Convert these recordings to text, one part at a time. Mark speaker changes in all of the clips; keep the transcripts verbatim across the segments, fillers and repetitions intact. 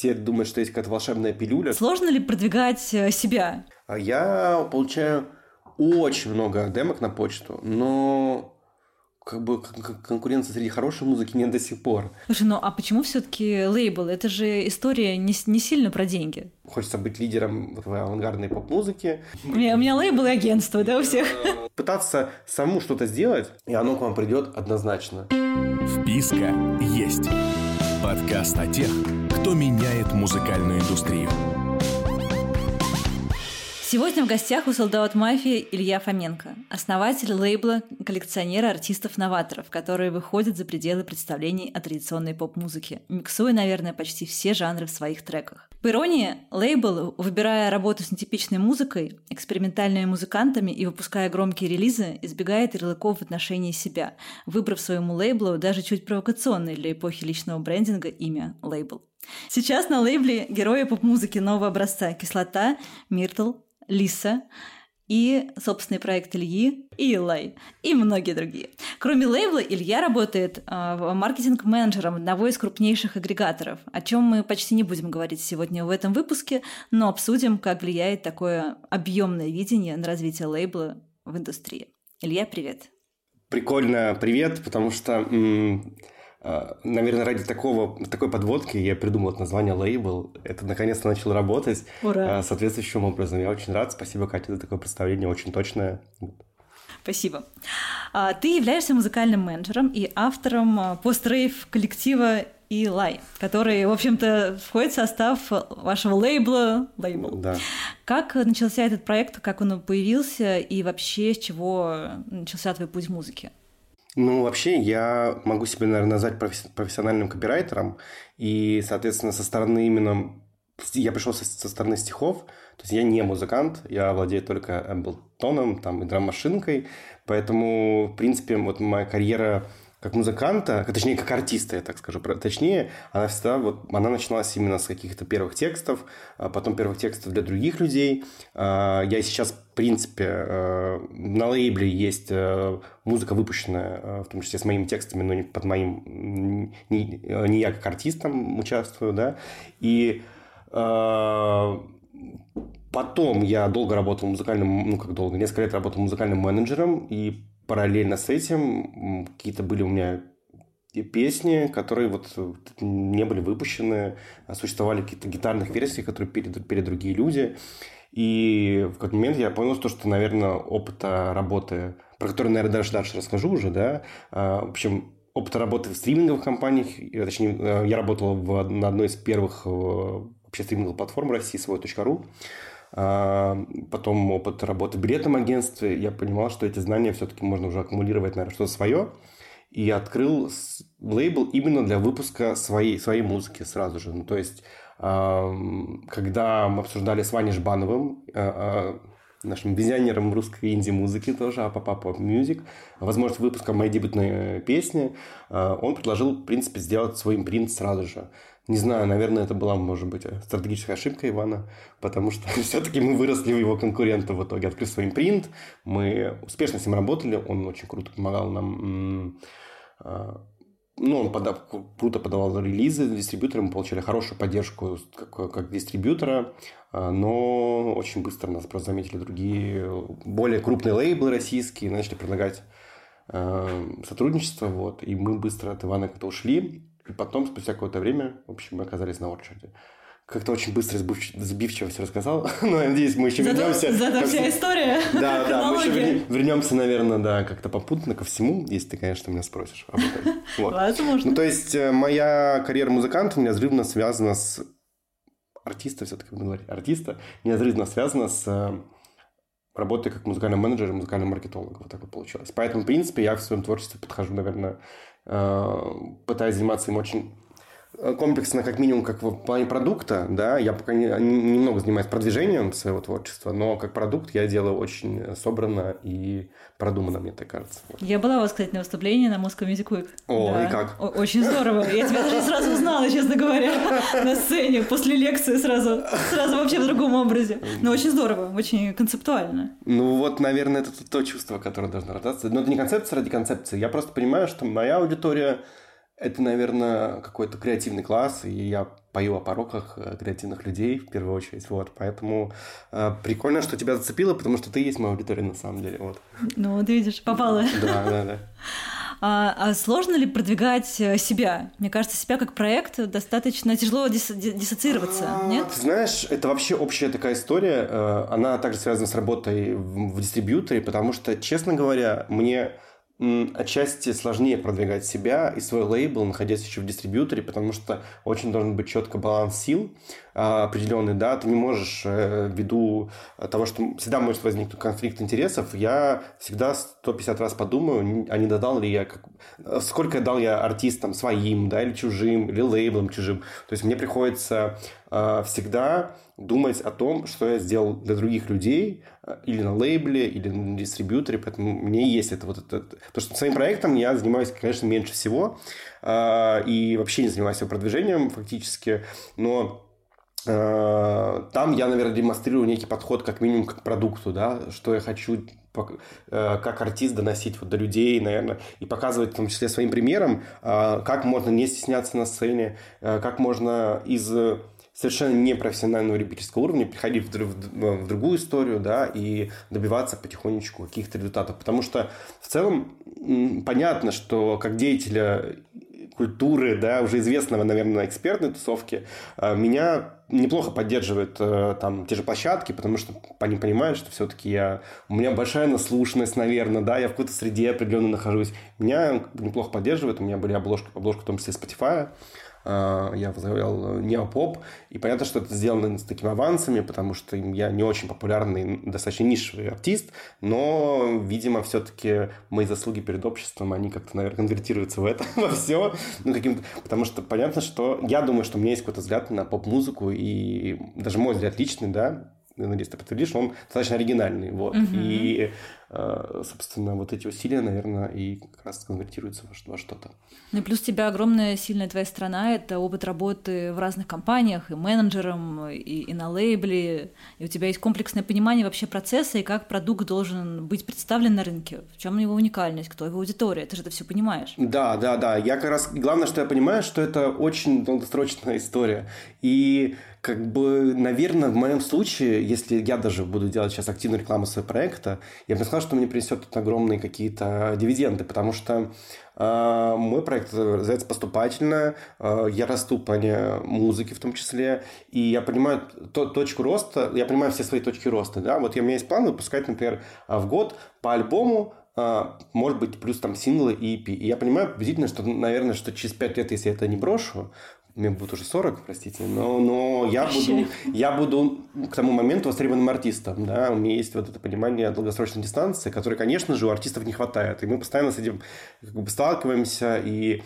Speaker 1: все думают, что есть какая-то волшебная пилюля.
Speaker 2: Сложно ли продвигать себя?
Speaker 1: Я получаю очень много демок на почту, но как бы конкуренции среди хорошей музыки нет до сих пор.
Speaker 2: Слушай, ну а почему все-таки лейбл? Это же история не, не сильно про деньги.
Speaker 1: Хочется быть лидером в авангардной поп-музыке.
Speaker 2: У меня, у меня лейбл и агентство, да, у всех?
Speaker 1: Пытаться самому что-то сделать, и оно к вам придет однозначно.
Speaker 3: Вписка есть. Подкаст о тех, кто меняет музыкальную индустрию.
Speaker 2: Сегодня в гостях у Sold Out Mafia Илья Фоменко, основатель лейбла коллекционера артистов-новаторов, которые выходят за пределы представлений о традиционной поп-музыке, миксуя, наверное, почти все жанры в своих треках. По иронии, лейбл, выбирая работу с нетипичной музыкой, экспериментальными музыкантами и выпуская громкие релизы, избегает ярлыков в отношении себя, выбрав своему лейблу даже чуть провокационное для эпохи личного брендинга имя лейбл. Сейчас на лейбле герои поп-музыки нового образца «Кислота», «Миртл», Лиса и собственный проект Ильи и Илай, и многие другие. Кроме лейбла, Илья работает э, маркетинг-менеджером одного из крупнейших агрегаторов, о чем мы почти не будем говорить сегодня в этом выпуске, но обсудим, как влияет такое объемное видение на развитие лейбла в индустрии. Илья, привет.
Speaker 1: Прикольно, привет, потому что... М- Наверное, ради такого, такой подводки я придумал это название лейбл. Это наконец-то начал работать.
Speaker 2: Ура.
Speaker 1: Соответствующим образом. Я очень рад. Спасибо, Катя, за такое представление. Очень точное.
Speaker 2: Спасибо. Ты являешься музыкальным менеджером и автором пост-рейв коллектива Илай, который, в общем-то, входит в состав вашего лейбла лейбл.
Speaker 1: Да.
Speaker 2: Как начался этот проект, как он появился и вообще с чего начался твой путь в музыке?
Speaker 1: Ну, вообще, я могу себя, наверное, назвать профессиональным копирайтером, и, соответственно, со стороны именно... Я пришел со, со стороны стихов, то есть я не музыкант, я владею только Эблтоном там, и драм-машинкой, поэтому, в принципе, вот моя карьера как музыканта, точнее, как артиста, я так скажу, точнее, она всегда вот, она начиналась именно с каких-то первых текстов, а потом первых текстов для других людей. Я сейчас, в принципе, на лейбле есть музыка, выпущенная, в том числе с моими текстами, но не под моим, не, не я как артистом участвую, да, и потом я долго работал музыкальным, ну, как долго, несколько лет работал музыкальным менеджером, и параллельно с этим какие-то были у меня песни, которые вот не были выпущены, существовали какие-то гитарных версии, которые пели, пели другие люди. И в какой-то момент я понял, что, наверное, опыта работы, про который, наверное, даже дальше расскажу уже, да, в общем, опыта работы в стриминговых компаниях, точнее, я работал в, на одной из первых вообще стриминговых платформ России, свой точка ру. Потом опыт работы в билетном агентстве. Я понимал, что эти знания все-таки можно уже аккумулировать, наверное, что-то свое. И я открыл лейбл именно для выпуска своей, своей музыки сразу же. Ну, то есть, когда мы обсуждали с Ваней Жбановым, нашим визионером русской инди-музыки тоже, Апа Поп Мьюзик, возможность выпуска моей дебютной песни, он предложил, в принципе, сделать свой импринт сразу же. Не знаю, наверное, это была, может быть, стратегическая ошибка Ивана, потому что все-таки мы выросли в его конкурента в итоге. Открыли свой импринт, мы успешно с ним работали, он очень круто помогал нам. Ну, он подав, круто подавал релизы дистрибьюторам, мы получали хорошую поддержку как, как дистрибьютора, но очень быстро нас просто заметили другие, более крупные лейблы российские, начали предлагать э, сотрудничество, вот, и мы быстро от Ивана как-то ушли, и потом, спустя какое-то время, в общем, мы оказались на очереди. Как-то очень быстро, сбивчиво все рассказал. Но, надеюсь, мы еще
Speaker 2: зато,
Speaker 1: вернемся.
Speaker 2: Зато ко... вся история.
Speaker 1: Да, да, мы еще вернемся, наверное, да, как-то попутно ко всему, если ты, конечно, меня спросишь об этом. Вот.
Speaker 2: Возможно.
Speaker 1: Ну, то есть, моя карьера музыканта у меня взрывно связана с... Артиста, все-таки буду говорить, артиста. Неразрывно связана с работой как музыкальный менеджер и музыкальный маркетолог. Вот так вот получилось. Поэтому, в принципе, я в своем творчестве подхожу, наверное, пытаюсь заниматься им очень... комплексно, как минимум, как в плане продукта, да, я пока не, немного занимаюсь продвижением своего творчества, но как продукт я делаю очень собранно и продуманно, мне так кажется.
Speaker 2: Я была у вас, кстати, на выступлении на Moscow Music Week.
Speaker 1: О,
Speaker 2: да.
Speaker 1: И как?
Speaker 2: О- очень здорово. Я тебя даже сразу узнала, честно говоря, на сцене, после лекции сразу, сразу вообще в другом образе. Но очень здорово, очень концептуально.
Speaker 1: Ну вот, наверное, это то чувство, которое должно рождаться. Но это не концепция ради концепции. Я просто понимаю, что моя аудитория... Это, наверное, какой-то креативный класс, и я пою о пороках креативных людей в первую очередь, вот, поэтому э, прикольно, что тебя зацепило, потому что ты есть моя аудитория на самом деле, вот.
Speaker 2: Ну, вот видишь, попала.
Speaker 1: Да, да, да.
Speaker 2: А, а сложно ли продвигать себя? Мне кажется, себя как проект достаточно тяжело дис- диссоциироваться, а, нет?
Speaker 1: Ты знаешь, это вообще общая такая история, она также связана с работой в, в дистрибьюторе, потому что, честно говоря, мне отчасти сложнее продвигать себя и свой лейбл, находясь еще в дистрибьюторе, потому что очень должен быть четко баланс сил определенный, да, ты не можешь ввиду того, что всегда может возникнуть конфликт интересов, я всегда сто пятьдесят раз подумаю, а не додал ли я, как... сколько дал я артистам своим, да, или чужим, или лейблам чужим, то есть мне приходится всегда думать о том, что я сделал для других людей или на лейбле, или на дистрибьюторе, поэтому у меня есть это вот это. Потому что своим проектом я занимаюсь, конечно, меньше всего и вообще не занимаюсь его продвижением фактически, но там я, наверное, демонстрирую некий подход как минимум к продукту, да, что я хочу как артист доносить вот до людей, наверное, и показывать в том числе своим примером, как можно не стесняться на сцене, как можно из совершенно непрофессионального любительского уровня переходить в, в, в другую историю, да, и добиваться потихонечку каких-то результатов. Потому что в целом понятно, что как деятеля культуры, да, уже известного, наверное, на экспертной тусовке, меня неплохо поддерживают там те же площадки, потому что они понимают, что все-таки я, у меня большая наслушанность, наверное, да, я в какой-то среде определенно нахожусь. Меня неплохо поддерживают, у меня были обложки, обложка в том числе Spotify, я возглавлял неопоп, и понятно, что это сделано с такими авансами, потому что я не очень популярный, достаточно нишевый артист, но, видимо, все-таки мои заслуги перед обществом, они как-то, наверное, конвертируются в это, во все, ну, каким-то, потому что понятно, что я думаю, что у меня есть какой-то взгляд на поп-музыку, и даже мой взгляд личный, да, надеюсь, ты подтвердишь, он достаточно оригинальный, вот, uh-huh. и, собственно, вот эти усилия, наверное, и как раз конвертируются во что-то.
Speaker 2: Ну и плюс у тебя огромная, сильная твоя страна, это опыт работы в разных компаниях, и менеджером, и, и на лейбле, и у тебя есть комплексное понимание вообще процесса, и как продукт должен быть представлен на рынке, в чем его уникальность, кто его аудитория, ты же это все понимаешь.
Speaker 1: Да, да, да, я как раз, главное, что я понимаю, что это очень долгосрочная история, и как бы, наверное, в моем случае, если я даже буду делать сейчас активную рекламу своего проекта, я бы сказал, что мне принесет тут огромные какие-то дивиденды, потому что э, мой проект называется «Поступательно», э, я расту по музыке в том числе, и я понимаю то, точку роста, я понимаю все свои точки роста, да, вот у меня есть план выпускать, например, в год по альбому, может быть, плюс там синглы и и пи. И я понимаю приблизительно, что, наверное, что через пять лет, если я это не брошу, мне будет уже сорок, простите, но, но я, буду, я буду к тому моменту востребованным артистом. Да? У меня есть вот это понимание долгосрочной дистанции, которой, конечно же, у артистов не хватает. И мы постоянно с этим как бы сталкиваемся, и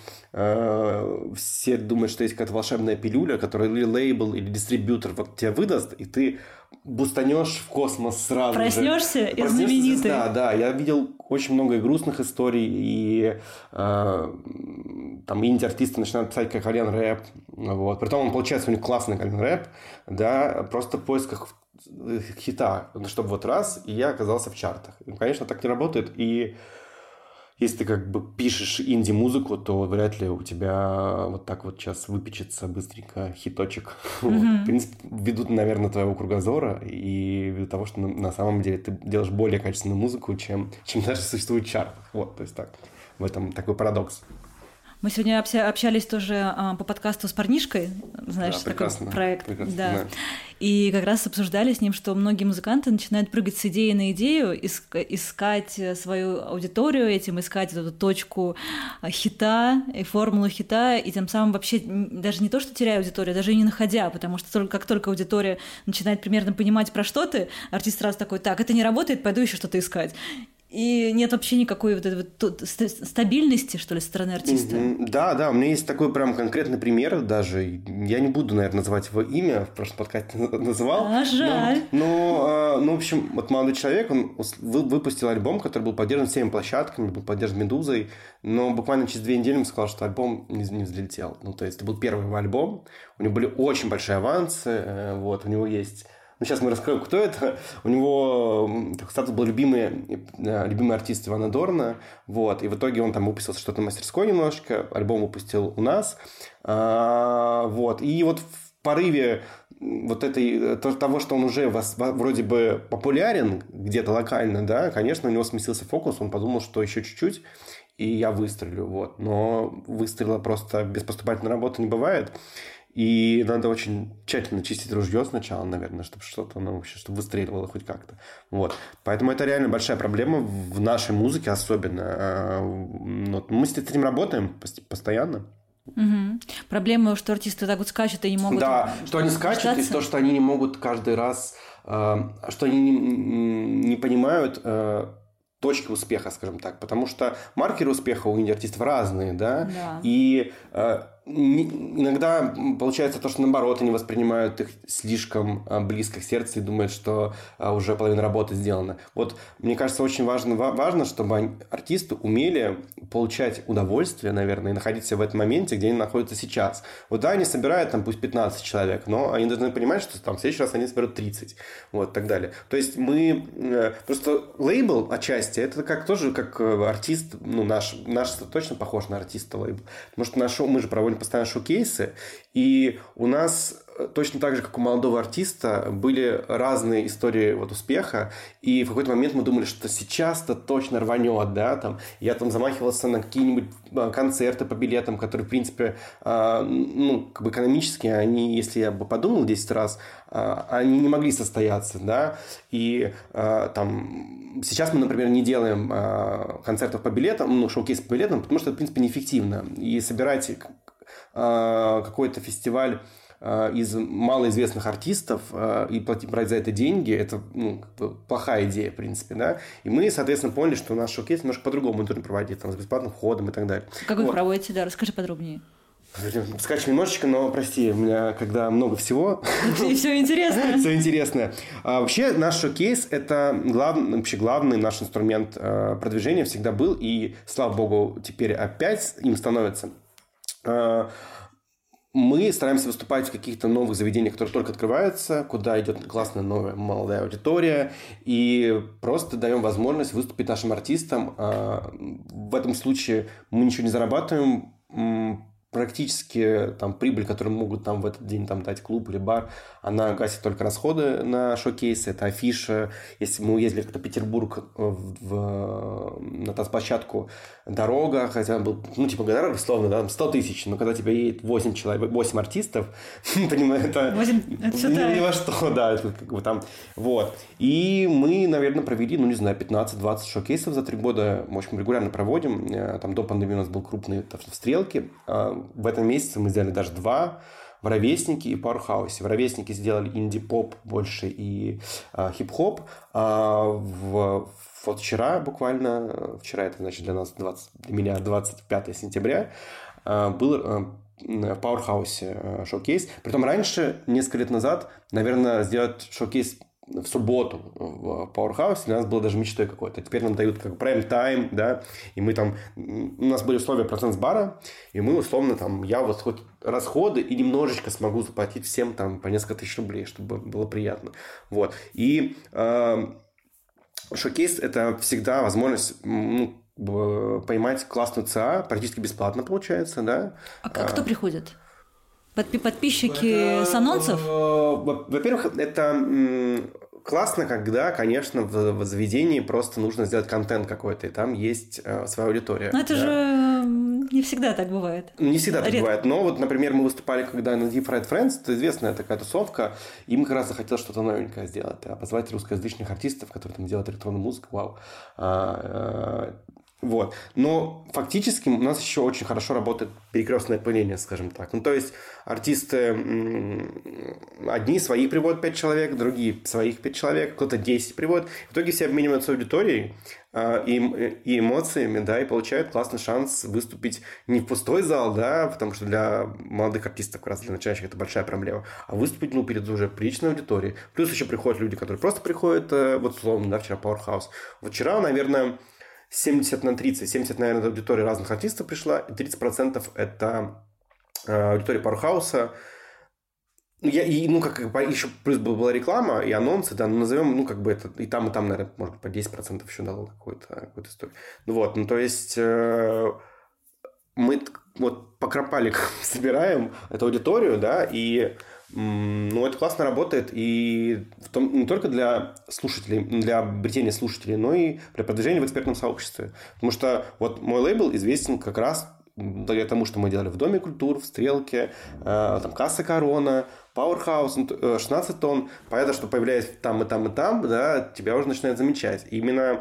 Speaker 1: э, все думают, что есть какая-то волшебная пилюля, которая или лейбл, или дистрибьютор вот тебе выдаст, и ты бустанешь в космос сразу
Speaker 2: Проснешься
Speaker 1: же.
Speaker 2: и знаменитый.
Speaker 1: Да, да. Я видел очень много и грустных историй, и э, там инди-артисты начинают писать как Колян рэп. Вот. Притом он получается у них классный Колян рэп, да, просто в поисках хита, чтобы вот раз, и я оказался в чартах. И, конечно, так не работает, и если ты как бы пишешь инди-музыку, то вряд ли у тебя вот так вот сейчас выпечется быстренько хиточек. Mm-hmm. Вот. В принципе, ввиду, наверное, твоего кругозора и ввиду того, что на, на самом деле ты делаешь более качественную музыку, чем, чем даже существует в чартах. Вот, то есть так, в этом такой парадокс.
Speaker 2: Мы сегодня общались тоже а, по подкасту с парнишкой, знаешь,
Speaker 1: да,
Speaker 2: такой проект.
Speaker 1: Прекрасно,
Speaker 2: да.
Speaker 1: да.
Speaker 2: И как раз обсуждали с ним, что многие музыканты начинают прыгать с идеи на идею, иск- искать свою аудиторию этим, искать эту точку хита и формулу хита, и тем самым вообще даже не то, что теряя аудиторию, даже и не находя, потому что только, как только аудитория начинает примерно понимать, про что ты, артист сразу такой: так, это не работает, пойду еще что-то искать. И нет вообще никакой вот этой вот стабильности, что ли, со стороны артиста.
Speaker 1: Mm-hmm. Да, да, у меня есть такой прям конкретный пример даже. Я не буду, наверное, называть его имя, в прошлом подкасте называл.
Speaker 2: А, жаль.
Speaker 1: Но, но, ну, в общем, вот молодой человек, он выпустил альбом, который был поддержан всеми площадками, был поддержан «Медузой», но буквально через две недели он сказал, что альбом не, не взлетел. Ну, то есть это был первый его альбом, у него были очень большие авансы, вот, у него есть... Ну, сейчас мы расскажем, кто это. У него статус был любимый, любимый артист Ивана Дорна. Вот. И в итоге он там выпустил что-то в мастерской немножко. Альбом выпустил у нас. А, вот. И вот порыве вот этой, того, что он уже вас, вроде бы популярен где-то локально, да, конечно, у него сместился фокус, он подумал, что еще чуть-чуть, и я выстрелю, вот. Но выстрела просто без поступательной работы не бывает. И надо очень тщательно чистить ружье сначала, наверное, чтобы что-то, ну, вообще, чтобы выстреливало хоть как-то. Вот. Поэтому это реально большая проблема в нашей музыке особенно. Мы с этим работаем постоянно.
Speaker 2: Угу. Проблема, что артисты так вот скачут и не могут...
Speaker 1: Да, что они скачут, считаться. И то, что они не могут каждый раз... Что они не, не понимают... точки успеха, скажем так, потому что маркеры успеха у инди-артистов разные, да,
Speaker 2: да.
Speaker 1: и э, не, иногда получается то, что наоборот они воспринимают их слишком э, близко к сердцу и думают, что э, уже половина работы сделана. Вот мне кажется, очень важно, важно, чтобы они, артисты умели получать удовольствие, наверное, и находиться в этом моменте, где они находятся сейчас. Вот да, они собирают там пусть пятнадцать человек, но они должны понимать, что там в следующий раз они соберут тридцать, вот, так далее. То есть мы э, просто лейбл отчасти это как тоже как артист, ну, наш, наш точно похож на артиста лейбл. Потому что наш, мы же проводим постоянно шоу-кейсы, и у нас точно так же, как у молодого артиста, были разные истории вот успеха, и в какой-то момент мы думали, что сейчас-то точно рванет, да, там, я там замахивался на какие-нибудь концерты по билетам, которые, в принципе, э, ну, как бы экономически, они, если я бы подумал десять раз, э, они не могли состояться, да, и э, там, сейчас мы, например, не делаем э, концертов по билетам, ну, шоу-кейс по билетам, потому что это, в принципе, неэффективно, и собирать э, какой-то фестиваль из малоизвестных артистов и платить, брать за это деньги, это, ну, плохая идея, в принципе, да. И мы, соответственно, поняли, что наш шоу-кейс немножко по-другому нужно проводить, там, с бесплатным входом и так далее.
Speaker 2: Как вы
Speaker 1: вот.
Speaker 2: проводите, да? Расскажи подробнее.
Speaker 1: Скачем немножечко, но, прости, у меня когда много всего...
Speaker 2: И все интересно.
Speaker 1: Все интересно. А, вообще, наш шоу-кейс – это главный, вообще главный наш инструмент а, продвижения всегда был, и, слава богу, теперь опять им становится. А, Мы стараемся выступать в каких-то новых заведениях, которые только открываются, куда идет классная новая молодая аудитория, и просто даем возможность выступить нашим артистам. В этом случае мы ничего не зарабатываем, практически там прибыль, которую могут там в этот день там дать клуб или бар, она гасит только расходы на шоу-кейсы, это афиша. Если мы уездили как-то в Петербург в, в, на танцплощадку, дорога, хотя был, ну, типа, дорога, условно, да, сто тысяч, но когда тебе едет восемь человек, восемь артистов, понимаю, это ни во что, да, это как бы там, вот. И мы, наверное, провели, ну, не знаю, пятнадцать-двадцать шоу-кейсов за три года, в общем, регулярно проводим, там до пандемии у нас был крупный там, в Стрелке, в этом месяце мы сделали даже два, в Ровеснике и Пауэрхаусе. В Ровеснике сделали инди-поп больше и а, хип-хоп. А в, вот вчера буквально, вчера это значит для нас двадцать, для меня двадцать пятое сентября, а, был а, в Пауэрхаусе а, шоу-кейс. Притом раньше, несколько лет назад, наверное, сделать шоу-кейс в субботу в Powerhouse для нас было даже мечтой какой-то. Теперь нам дают как прайм-тайм, да, и мы там, у нас были условия процент с бара, и мы условно там, я вот хоть расходы и немножечко смогу заплатить всем там по несколько тысяч рублей, чтобы было приятно. Вот. И э, шоу-кейс – это всегда возможность, ну, поймать классную ЦА, практически бесплатно получается, да.
Speaker 2: А кто приходит? Подписчики это, с анонсов?
Speaker 1: Во-первых, это классно, когда, конечно, в, в заведении просто нужно сделать контент какой-то, и там есть своя аудитория.
Speaker 2: Но это да. же не всегда так бывает.
Speaker 1: Не всегда так Редко. бывает. Но вот, например, мы выступали, когда на Deep Fried Friends, это известная такая тусовка, и мы как раз захотели что-то новенькое сделать, а позвать русскоязычных артистов, которые там делают электронную музыку, вау. А, Вот. Но фактически у нас еще очень хорошо работает перекрестное пыление, скажем так. Ну, то есть артисты одни своих приводят пять человек, другие своих пять человек, кто-то десять приводит. В итоге все обмениваются аудиторией и, и эмоциями, да, и получают классный шанс выступить не в пустой зал, да, потому что для молодых артистов, как раз для начинающих, это большая проблема, а выступить, ну, перед уже приличной аудиторией. Плюс еще приходят люди, которые просто приходят, вот условно, да, вчера Powerhouse. Вот вчера, наверное, семьдесят на тридцать. семьдесят, наверное, аудитория разных артистов пришла, и тридцать процентов это аудитория Powerhouse. Я, и, ну, как еще плюс была реклама и анонсы, да, ну, назовем, ну, как бы это и там, и там, наверное, может быть, по десять процентов еще дало какую-то, какую-то историю. Ну, вот, ну, то есть мы вот по кропаликам собираем эту аудиторию, да, и ну, это классно работает и в том, не только для слушателей, для обретения слушателей, но и для продвижения в экспертном сообществе. Потому что вот мой лейбл известен как раз благодаря тому, что мы делали в Доме культур, в Стрелке, э, там Касса Корона, Powerhouse, шестнадцать тонн. Понятно, что появляясь там и там и там, да, тебя уже начинают замечать. И именно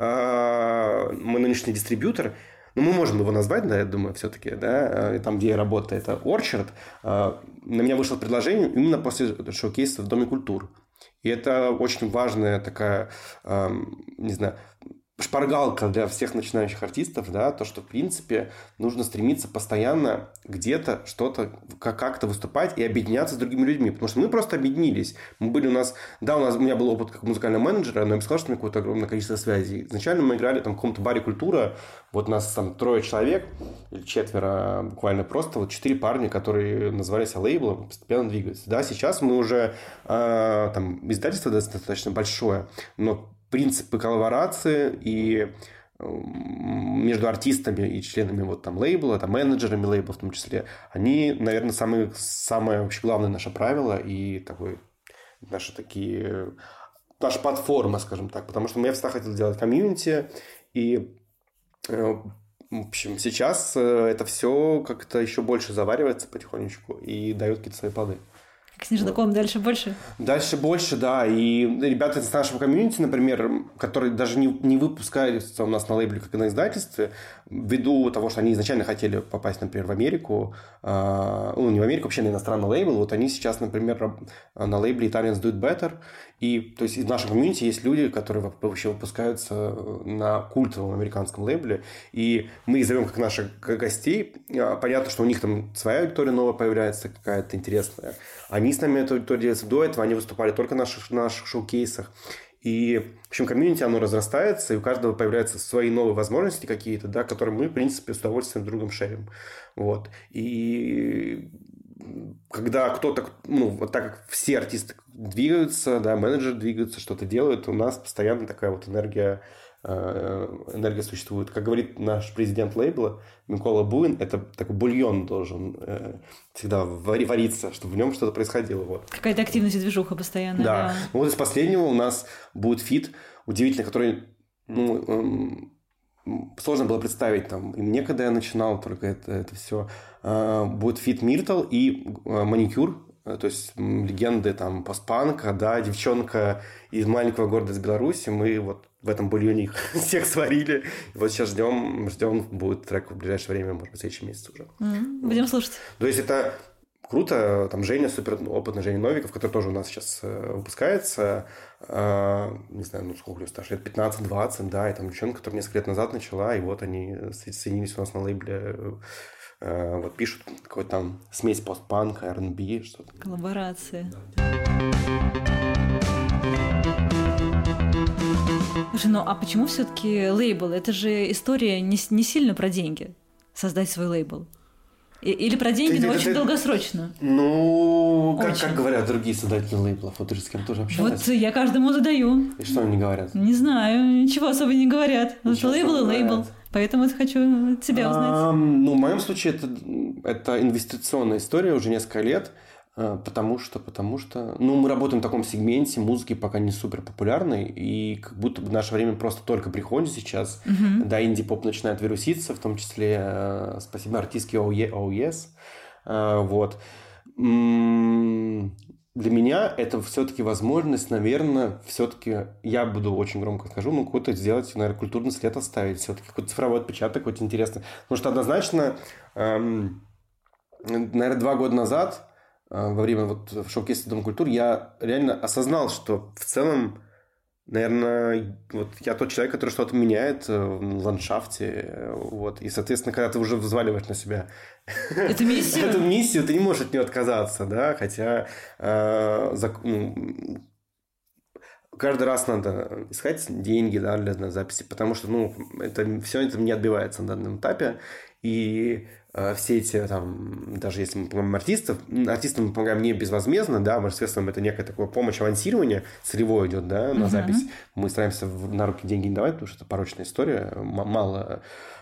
Speaker 1: э, мой нынешний дистрибьютор, ну, мы можем его назвать, да, я думаю, все-таки, да, там, где я работаю, это Orchard. Э, на меня вышло предложение именно после шоу-кейса в Доме культур. И это очень важная такая, э, не знаю, шпаргалка для всех начинающих артистов, да, то, что, в принципе, нужно стремиться постоянно где-то что-то, как-то выступать и объединяться с другими людьми, потому что мы просто объединились. Мы были у нас, да, у нас, у меня был опыт как музыкального менеджера, но я бы сказал, что у меня какое-то огромное количество связей. Изначально мы играли там в каком-то баре «Культура», вот нас там трое человек, или четверо, буквально просто, вот четыре парня, которые назывались лейблом, постепенно двигаются. Да, сейчас мы уже, э, там, издательство достаточно большое, но принципы коллаборации и между артистами и членами вот там лейбла, там менеджерами лейбла в том числе, они, наверное, самые, самое вообще главное наше правило и такой, наши такие, наша платформа, скажем так, потому что я всегда хотел делать комьюнити, и в общем, сейчас это все как-то еще больше заваривается потихонечку и дает какие-то свои плоды.
Speaker 2: Как снежный ком, дальше больше?
Speaker 1: Дальше больше, да. И ребята из нашего комьюнити, например, которые даже не, не выпускаются у нас на лейбле, как и на издательстве, ввиду того, что они изначально хотели попасть, например, в Америку, э, ну, не в Америку, вообще на иностранный лейбл, вот они сейчас, например, на лейбле Italians Do It Better. И, то есть, в нашем комьюнити есть люди, которые вообще выпускаются на культовом американском лейбле, и мы их зовем как наших гостей. Понятно, что у них там своя аудитория новая появляется, какая-то интересная. Они с нами эту аудиторию делятся. До этого они выступали только на наших, наших шоу-кейсах. И, в общем, комьюнити, оно разрастается, и у каждого появляются свои новые возможности какие-то, да, которые мы, в принципе, с удовольствием друг другом шерим. Вот. И когда кто-то, ну, вот так как все артисты двигаются, да, менеджеры двигаются, что-то делают, у нас постоянно такая вот энергия, энергия существует. Как говорит наш президент лейбла Микола Буин, это такой бульон должен всегда вариться, чтобы в нем что-то происходило. Вот.
Speaker 2: Какая-то активность и движуха постоянно.
Speaker 1: Да.
Speaker 2: да.
Speaker 1: Ну, вот из последнего у нас будет фит удивительный, который, ну, сложно было представить там. И мне, когда я начинал только это, это все, будет фит Миртл и Маникюр, то есть легенды там постпанка, да, девчонка из маленького города из Беларуси. Мы вот в этом бульоне их всех сварили. И вот сейчас ждем, ждем, будет трек в ближайшее время, может быть, в следующем месяце уже.
Speaker 2: Mm-hmm. Будем вот. слушать.
Speaker 1: То есть это круто. Там Женя, супер опытный Женя Новиков, который тоже у нас сейчас выпускается. Не знаю, ну сколько лет старше, лет пятнадцать-двадцать, да, и там девчонка, которая несколько лет назад начала, и вот они соединились у нас на лейбле. Вот пишут какой-то там смесь постпанка, ар энд би, что-то.
Speaker 2: Коллаборация. Слушай, ну а почему все-таки лейбл? Это же история не, не сильно про деньги. Создать свой лейбл. И, или про деньги, ты, но ты, очень ты, долгосрочно.
Speaker 1: Ну, как, как говорят другие создатели лейблов? Вот ты же с кем тоже общаешься?
Speaker 2: Вот я каждому задаю.
Speaker 1: И что они говорят?
Speaker 2: Не знаю, ничего особо не говорят. Ничего лейбл и лейбл. Поэтому хочу от тебя узнать.
Speaker 1: А, ну, в моем случае это, это инвестиционная история уже несколько лет, потому что, потому что ну, мы работаем в таком сегменте, музыки пока не супер популярной, и как будто бы наше время просто только приходит сейчас. Uh-huh. Да, инди-поп начинает вируситься, в том числе спасибо артистке о ес. Вот. Для меня это все-таки возможность, наверное, все-таки, я буду очень громко скажу, ну, какой-то сделать, наверное, культурный след оставить, все-таки какой-то цифровой отпечаток, какой-то интересный. Потому что однозначно, эм, наверное, два года назад, э, во время вот шоу-кейса Дома культуры, я реально осознал, что в целом, наверное, вот я тот человек, который что-то меняет в ландшафте, вот, и, соответственно, когда ты уже взваливаешь на себя
Speaker 2: эту миссию,
Speaker 1: эту миссию, ты не можешь от нее отказаться, да, хотя э, зак... ну, каждый раз надо искать деньги, да, для записи, потому что, ну, это все это не отбивается на данном этапе, и все эти, там, даже если мы помогаем артистов, артистам мы помогаем не безвозмездно, да, мы, соответственно, это некая такая помощь, авансирование целевое идет, да, на uh-huh. запись. Мы стараемся на руки деньги не давать, потому что это порочная история. Мало,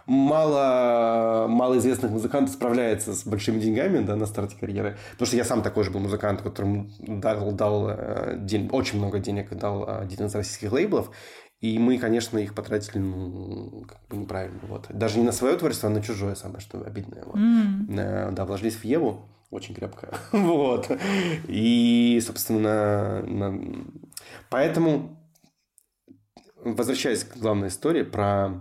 Speaker 1: мало, мало известных музыкантов справляется с большими деньгами, да, на старте карьеры. Потому что я сам такой же был музыкант, которому дал, дал день, очень много денег дал один из российских лейблов. И мы, конечно, их потратили, ну, как бы неправильно. Вот. Даже не на свое творчество, а на чужое, самое что обидное. Вот. Mm. Да, вложились в Еву очень крепко. Вот. И, собственно, на... поэтому, возвращаясь к главной истории про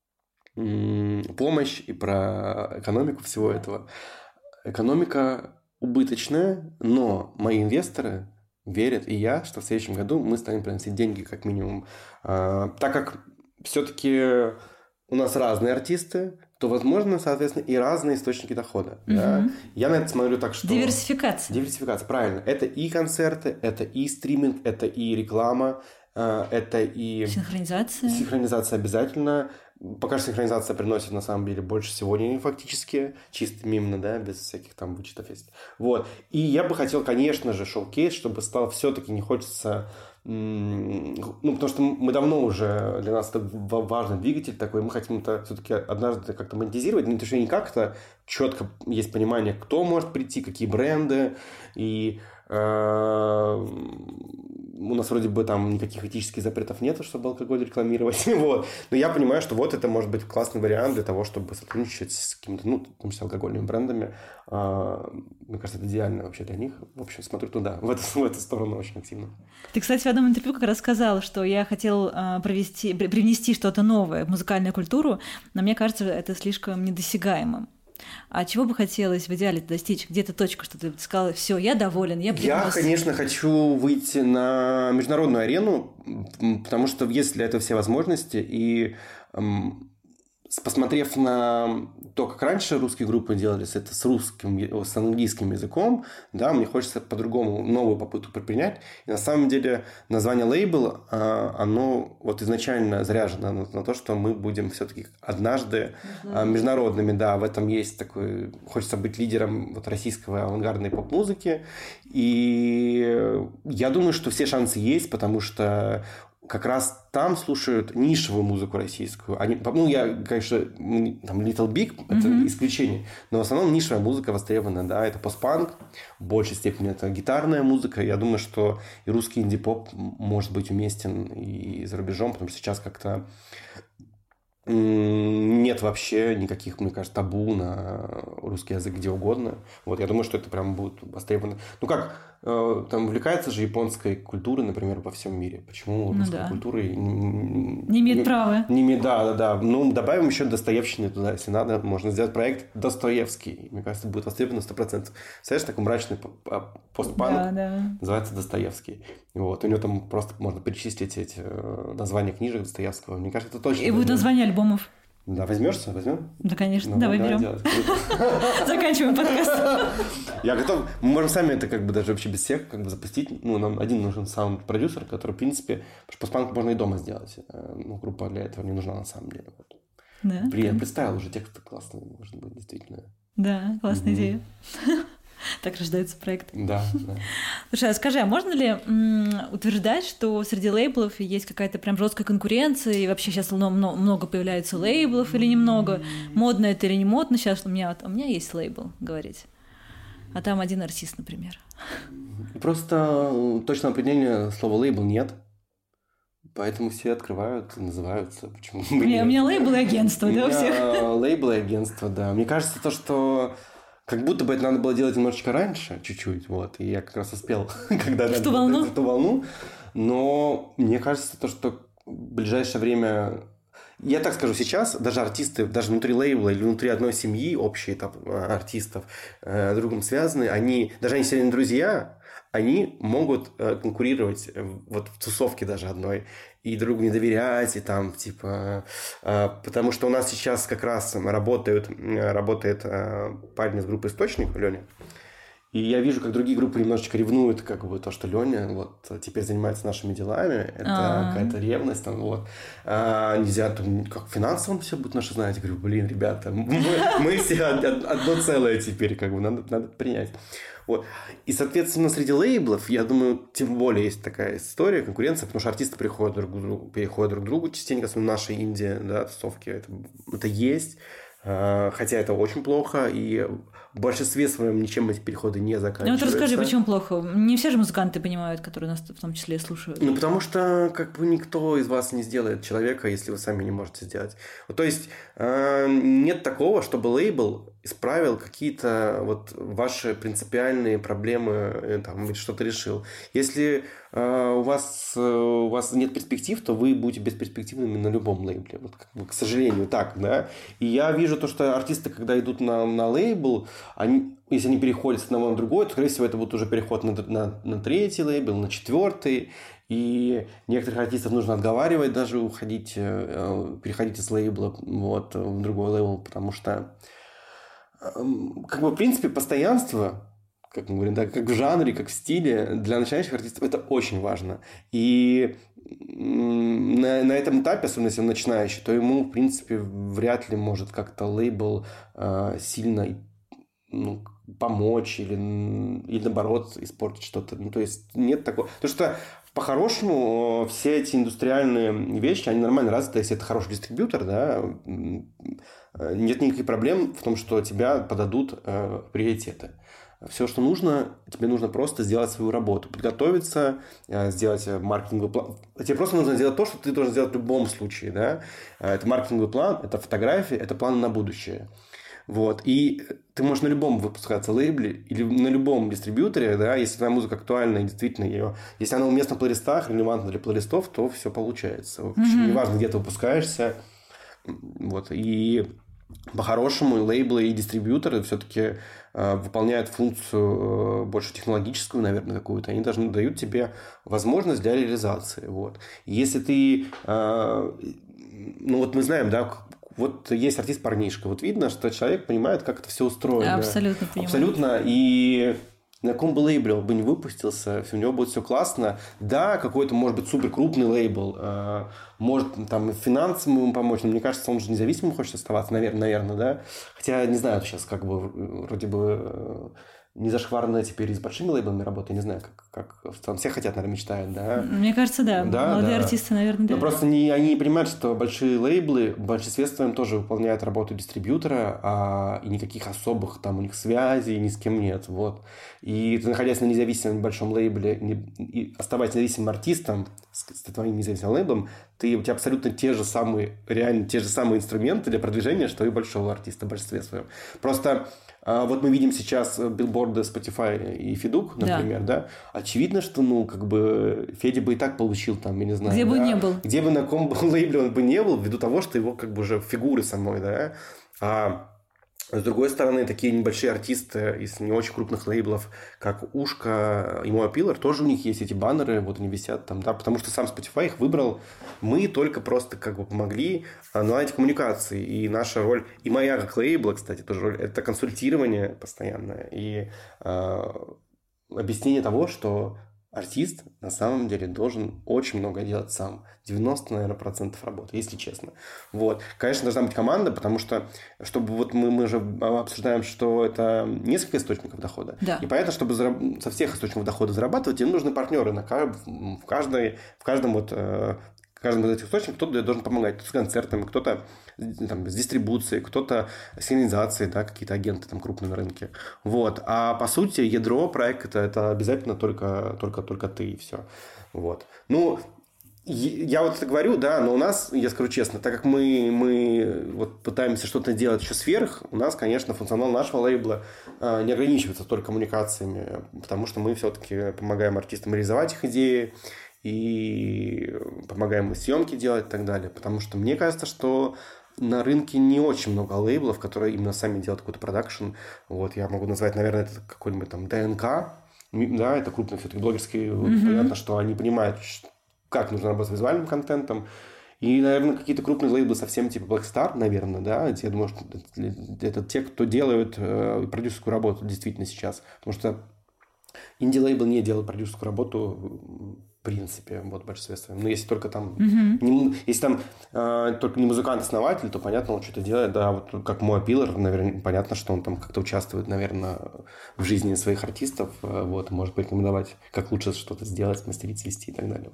Speaker 1: м- помощь и про экономику всего этого. Экономика убыточная, но мои инвесторы верят, и я, что в следующем году мы станем приносить деньги как минимум. А, так как все-таки у нас разные артисты, то, возможно, соответственно, и разные источники дохода. Угу. Да? Я на это смотрю так, что...
Speaker 2: Диверсификация.
Speaker 1: Диверсификация, правильно. Это и концерты, это и стриминг, это и реклама, это и...
Speaker 2: Синхронизация.
Speaker 1: Синхронизация обязательно. Пока что синхронизация приносит, на самом деле, больше всего не фактически, чисто мимно, да, без всяких там вычетов есть. Вот. И я бы хотел, конечно же, шоу-кейс, чтобы стал все-таки, не хочется... Ну, потому что мы давно уже, для нас это важный двигатель такой, мы хотим это все-таки однажды как-то монетизировать, но это же не как-то четко есть понимание, кто может прийти, какие бренды, и э, у нас вроде бы там никаких этических запретов нет, чтобы алкоголь рекламировать, вот. Но я понимаю, что вот это может быть классный вариант для того, чтобы сотрудничать с какими-то, ну, в том числе алкогольными брендами. Мне кажется, это идеально вообще для них. В общем, смотрю туда, в эту, в эту сторону очень активно.
Speaker 2: Ты, кстати, в одном интервью как раз сказал, что я хотел э, провести, при, привнести что-то новое в музыкальную культуру, но мне кажется, это слишком недосягаемым. А чего бы хотелось в идеале достичь? Где-то точка, что ты сказал, все, я доволен, я принес.
Speaker 1: Я, конечно, хочу выйти на международную арену, потому что есть для этого все возможности, и эм, посмотрев на то, как раньше русские группы делались, это с русским, с английским языком, да, мне хочется по-другому новую попытку предпринять. И на самом деле название лейбл, оно вот изначально заряжено на, на то, что мы будем все-таки однажды mm-hmm. международными, да, в этом есть такой, хочется быть лидером вот российской авангардной поп-музыки. И я думаю, что все шансы есть, потому что как раз там слушают нишевую музыку российскую. Они, ну, я, конечно, там Little Big – это mm-hmm. исключение, но в основном нишевая музыка востребована, да, это постпанк, в большей степени это гитарная музыка. Я думаю, что и русский инди-поп может быть уместен и за рубежом, потому что сейчас как-то нет вообще никаких, мне кажется, табу на русский язык где угодно. Вот, я думаю, что это прям будет востребовано. Ну как, э, там увлекается же японской культурой, например, во всем мире. Почему
Speaker 2: ну
Speaker 1: русской
Speaker 2: да.
Speaker 1: культурой
Speaker 2: не, не имеет
Speaker 1: не,
Speaker 2: права?
Speaker 1: Не имеет, да, да, да. Ну, добавим еще Достоевщины туда, если надо. Можно сделать проект Достоевский. Мне кажется, будет востребовано сто процентов. Представляешь, такой мрачный постпанк,
Speaker 2: да, да.
Speaker 1: называется Достоевский. Вот. У него там просто можно перечислить эти названия книжек Достоевского. Мне кажется, это точно.
Speaker 2: И будет название альбомов.
Speaker 1: Да, возьмешься? Возьмем?
Speaker 2: Да, конечно. Ну, давай
Speaker 1: давай
Speaker 2: берем. Заканчиваем подкаст.
Speaker 1: Я готов. Мы можем сами это как бы даже вообще без всех как бы запустить. Ну, нам один нужен саунд-продюсер, который, в принципе, постпанк можно и дома сделать. Ну, группа для этого не нужна на самом деле. Вот.
Speaker 2: Да.
Speaker 1: Я представил уже текст классный, может быть, действительно.
Speaker 2: Да, классная идея. Так рождаются проекты.
Speaker 1: Да, да.
Speaker 2: Слушай, а скажи, а можно ли м, утверждать, что среди лейблов есть какая-то прям жесткая конкуренция, и вообще сейчас много, много появляется лейблов или немного? Модно это или не модно? Сейчас у меня, у меня есть лейбл, говорить. А там один артист, например.
Speaker 1: Просто точного определения слова лейбл нет. Поэтому все открывают и называются. Почему?
Speaker 2: У меня, у меня лейбл и агентство, да, у всех?
Speaker 1: Лейбл и агентство, да. Мне кажется, то, что как будто бы это надо было делать немножечко раньше, чуть-чуть, вот, и я как раз успел, когда
Speaker 2: в ту волну?
Speaker 1: в ту волну, но мне кажется, то, что в ближайшее время, я так скажу, сейчас даже артисты, даже внутри лейбла или внутри одной семьи, общие там артистов, э, друг другом связаны, они, даже они сильные друзья, они могут э, конкурировать э, вот в тусовке даже одной и друг другу не доверять, и там, типа... Э, потому что у нас сейчас как раз работают, работает э, парень из группы «Источник», Лёня, И я вижу, как другие группы немножечко ревнуют, как бы то, что Леня вот теперь занимается нашими делами. Это А-а-а. какая-то ревность. Там, вот. А, нельзя, там, как финансово он все будет наше знать. Я говорю, блин, ребята, мы, мы все одно целое теперь, как бы надо, надо принять. Вот. И, соответственно, среди лейблов, я думаю, тем более есть такая история, конкуренция, потому что артисты приходят друг к другу, переходят друг к другу частенько, особенно в нашей Индии, да, тусовки, это, это есть. Хотя это очень плохо, и в большинстве своем ничем эти переходы не заканчиваются.
Speaker 2: Ну вот расскажи, почему плохо? Не все же музыканты понимают, которые нас в том числе слушают.
Speaker 1: Ну потому что как бы никто из вас не сделает человека, если вы сами не можете сделать. Вот, то есть нет такого, чтобы лейбл исправил какие-то вот ваши принципиальные проблемы, там, что-то решил. Если э, у вас, э, у вас нет перспектив, то вы будете бесперспективными на любом лейбле. Вот, как бы, к сожалению, так, да. И я вижу то, что артисты, когда идут на, на лейбл, они, если они переходят с одного на другой, то, скорее всего, это будет уже переход на, на, на третий лейбл, на четвертый. И некоторых артистов нужно отговаривать даже уходить, э, переходить из лейбла вот, в другой лейбл, потому что как бы, в принципе, постоянство, как мы говорим, да, как в жанре, как в стиле, для начинающих артистов это очень важно. И на, на этом этапе, особенно если он начинающий, то ему, в принципе, вряд ли может как-то лейбл э, сильно ну, помочь или, или, наоборот, испортить что-то. Ну, то есть, нет такого... Потому что по-хорошему все эти индустриальные вещи, они нормально развиты, если это хороший дистрибьютор, да, нет никаких проблем в том, что тебя подадут э, приоритеты. Все, что нужно, тебе нужно просто сделать свою работу, подготовиться, э, сделать маркетинговый план. Тебе просто нужно сделать то, что ты должен сделать в любом случае, да. Это маркетинговый план, это фотографии, это планы на будущее. Вот. И ты можешь на любом выпускаться лейбле или на любом дистрибьюторе, да, если твоя музыка актуальна и действительно ее... Если она уместна в плейлистах, релевантна для плейлистов, то все получается. В общем, mm-hmm. неважно, где ты выпускаешься. Вот. И по-хорошему лейблы и дистрибьюторы все-таки э, выполняют функцию э, больше технологическую, наверное, какую-то. Они должны дают тебе возможность для реализации. Вот. Если ты... Э, ну, вот мы знаем, да, вот есть артист-парнишка. Вот видно, что человек понимает, как это все устроено.
Speaker 2: Абсолютно понимаю.
Speaker 1: Абсолютно. И на каком бы лейбле он бы не выпустился, у него будет все классно. Да, какой-то, может быть, супер крупный лейбл, э, может там финансово ему помочь, но мне кажется, он же независимым хочет оставаться, наверное, наверное, да. Хотя, не знаю, сейчас как бы вроде бы не зашкварно теперь и с большими лейблами работать, я не знаю, как, как там все хотят, наверное, мечтают, да.
Speaker 2: Мне кажется, да. да Молодые да. артисты, наверное, да.
Speaker 1: Но просто не, они не понимают, что большие лейблы в большинстве своем тоже выполняют работу дистрибьютора, а, и никаких особых там у них связей ни с кем нет, вот. И ты, находясь на независимом небольшом лейбле не, и оставаясь независимым артистом с, с твоим независимым лейблом, ты, у тебя абсолютно те же самые, реально те же самые инструменты для продвижения, что и большого артиста в большинстве своем. Просто вот мы видим сейчас билборды Spotify и Федук, например, да. да. Очевидно, что, ну, как бы Федя бы и так получил там, я не знаю.
Speaker 2: Где
Speaker 1: да,
Speaker 2: бы не был.
Speaker 1: Где бы на каком бы лейбле он бы не был, ввиду того, что его как бы уже фигуры самой, да. А с другой стороны, такие небольшие артисты из не очень крупных лейблов, как Ушка и Моа Пиллар, тоже у них есть эти баннеры, вот они висят там, да, потому что сам Spotify их выбрал. Мы только просто как бы помогли наладить коммуникации. И наша роль, и моя как лейбла, кстати, тоже роль, это консультирование постоянное и э, объяснение того, что артист на самом деле должен очень много делать сам. девяносто, наверное, процентов работы, если честно. Вот. Конечно, должна быть команда, потому что, чтобы вот мы, мы же обсуждаем, что это несколько источников дохода.
Speaker 2: Да.
Speaker 1: И понятно, чтобы зараб- со всех источников дохода зарабатывать, тебе нужны партнеры на, в, каждой, в каждом вот... Э, в каждом из этих источников кто-то должен помогать. Кто-то с концертами, кто-то там, с дистрибуцией, кто-то с организацией, да, какие-то агенты там крупные на рынке. Вот. А по сути ядро проекта это обязательно только, только, только ты и все. Вот. Ну, я вот это говорю, да, но у нас, я скажу честно, так как мы, мы вот пытаемся что-то делать еще сверх, у нас, конечно, функционал нашего лейбла э, не ограничивается только коммуникациями, потому что мы все-таки помогаем артистам реализовать их идеи, и помогаем и съемки делать и так далее. Потому что мне кажется, что на рынке не очень много лейблов, которые именно сами делают какой-то продакшн. Вот, я могу назвать, наверное, это какой-нибудь там ДНК. Да, это крупный все-таки блогерский. Mm-hmm. Понятно, что они понимают, как нужно работать с визуальным контентом. И, наверное, какие-то крупные лейблы совсем типа Black Star, наверное, да, я думаю, что это, это те, кто делают э, продюсерскую работу действительно сейчас. Потому что инди-лейбл не делает продюсерскую работу в принципе, вот в большинстве своем. Но если только там, mm-hmm. не, если там э, только не музыкант-основатель, то понятно, он что-то делает, да, вот как Моа Пиллар, наверное, понятно, что он там как-то участвует, наверное, в жизни своих артистов, э, вот, может порекомендовать, как лучше что-то сделать, мастерить, свести и так далее.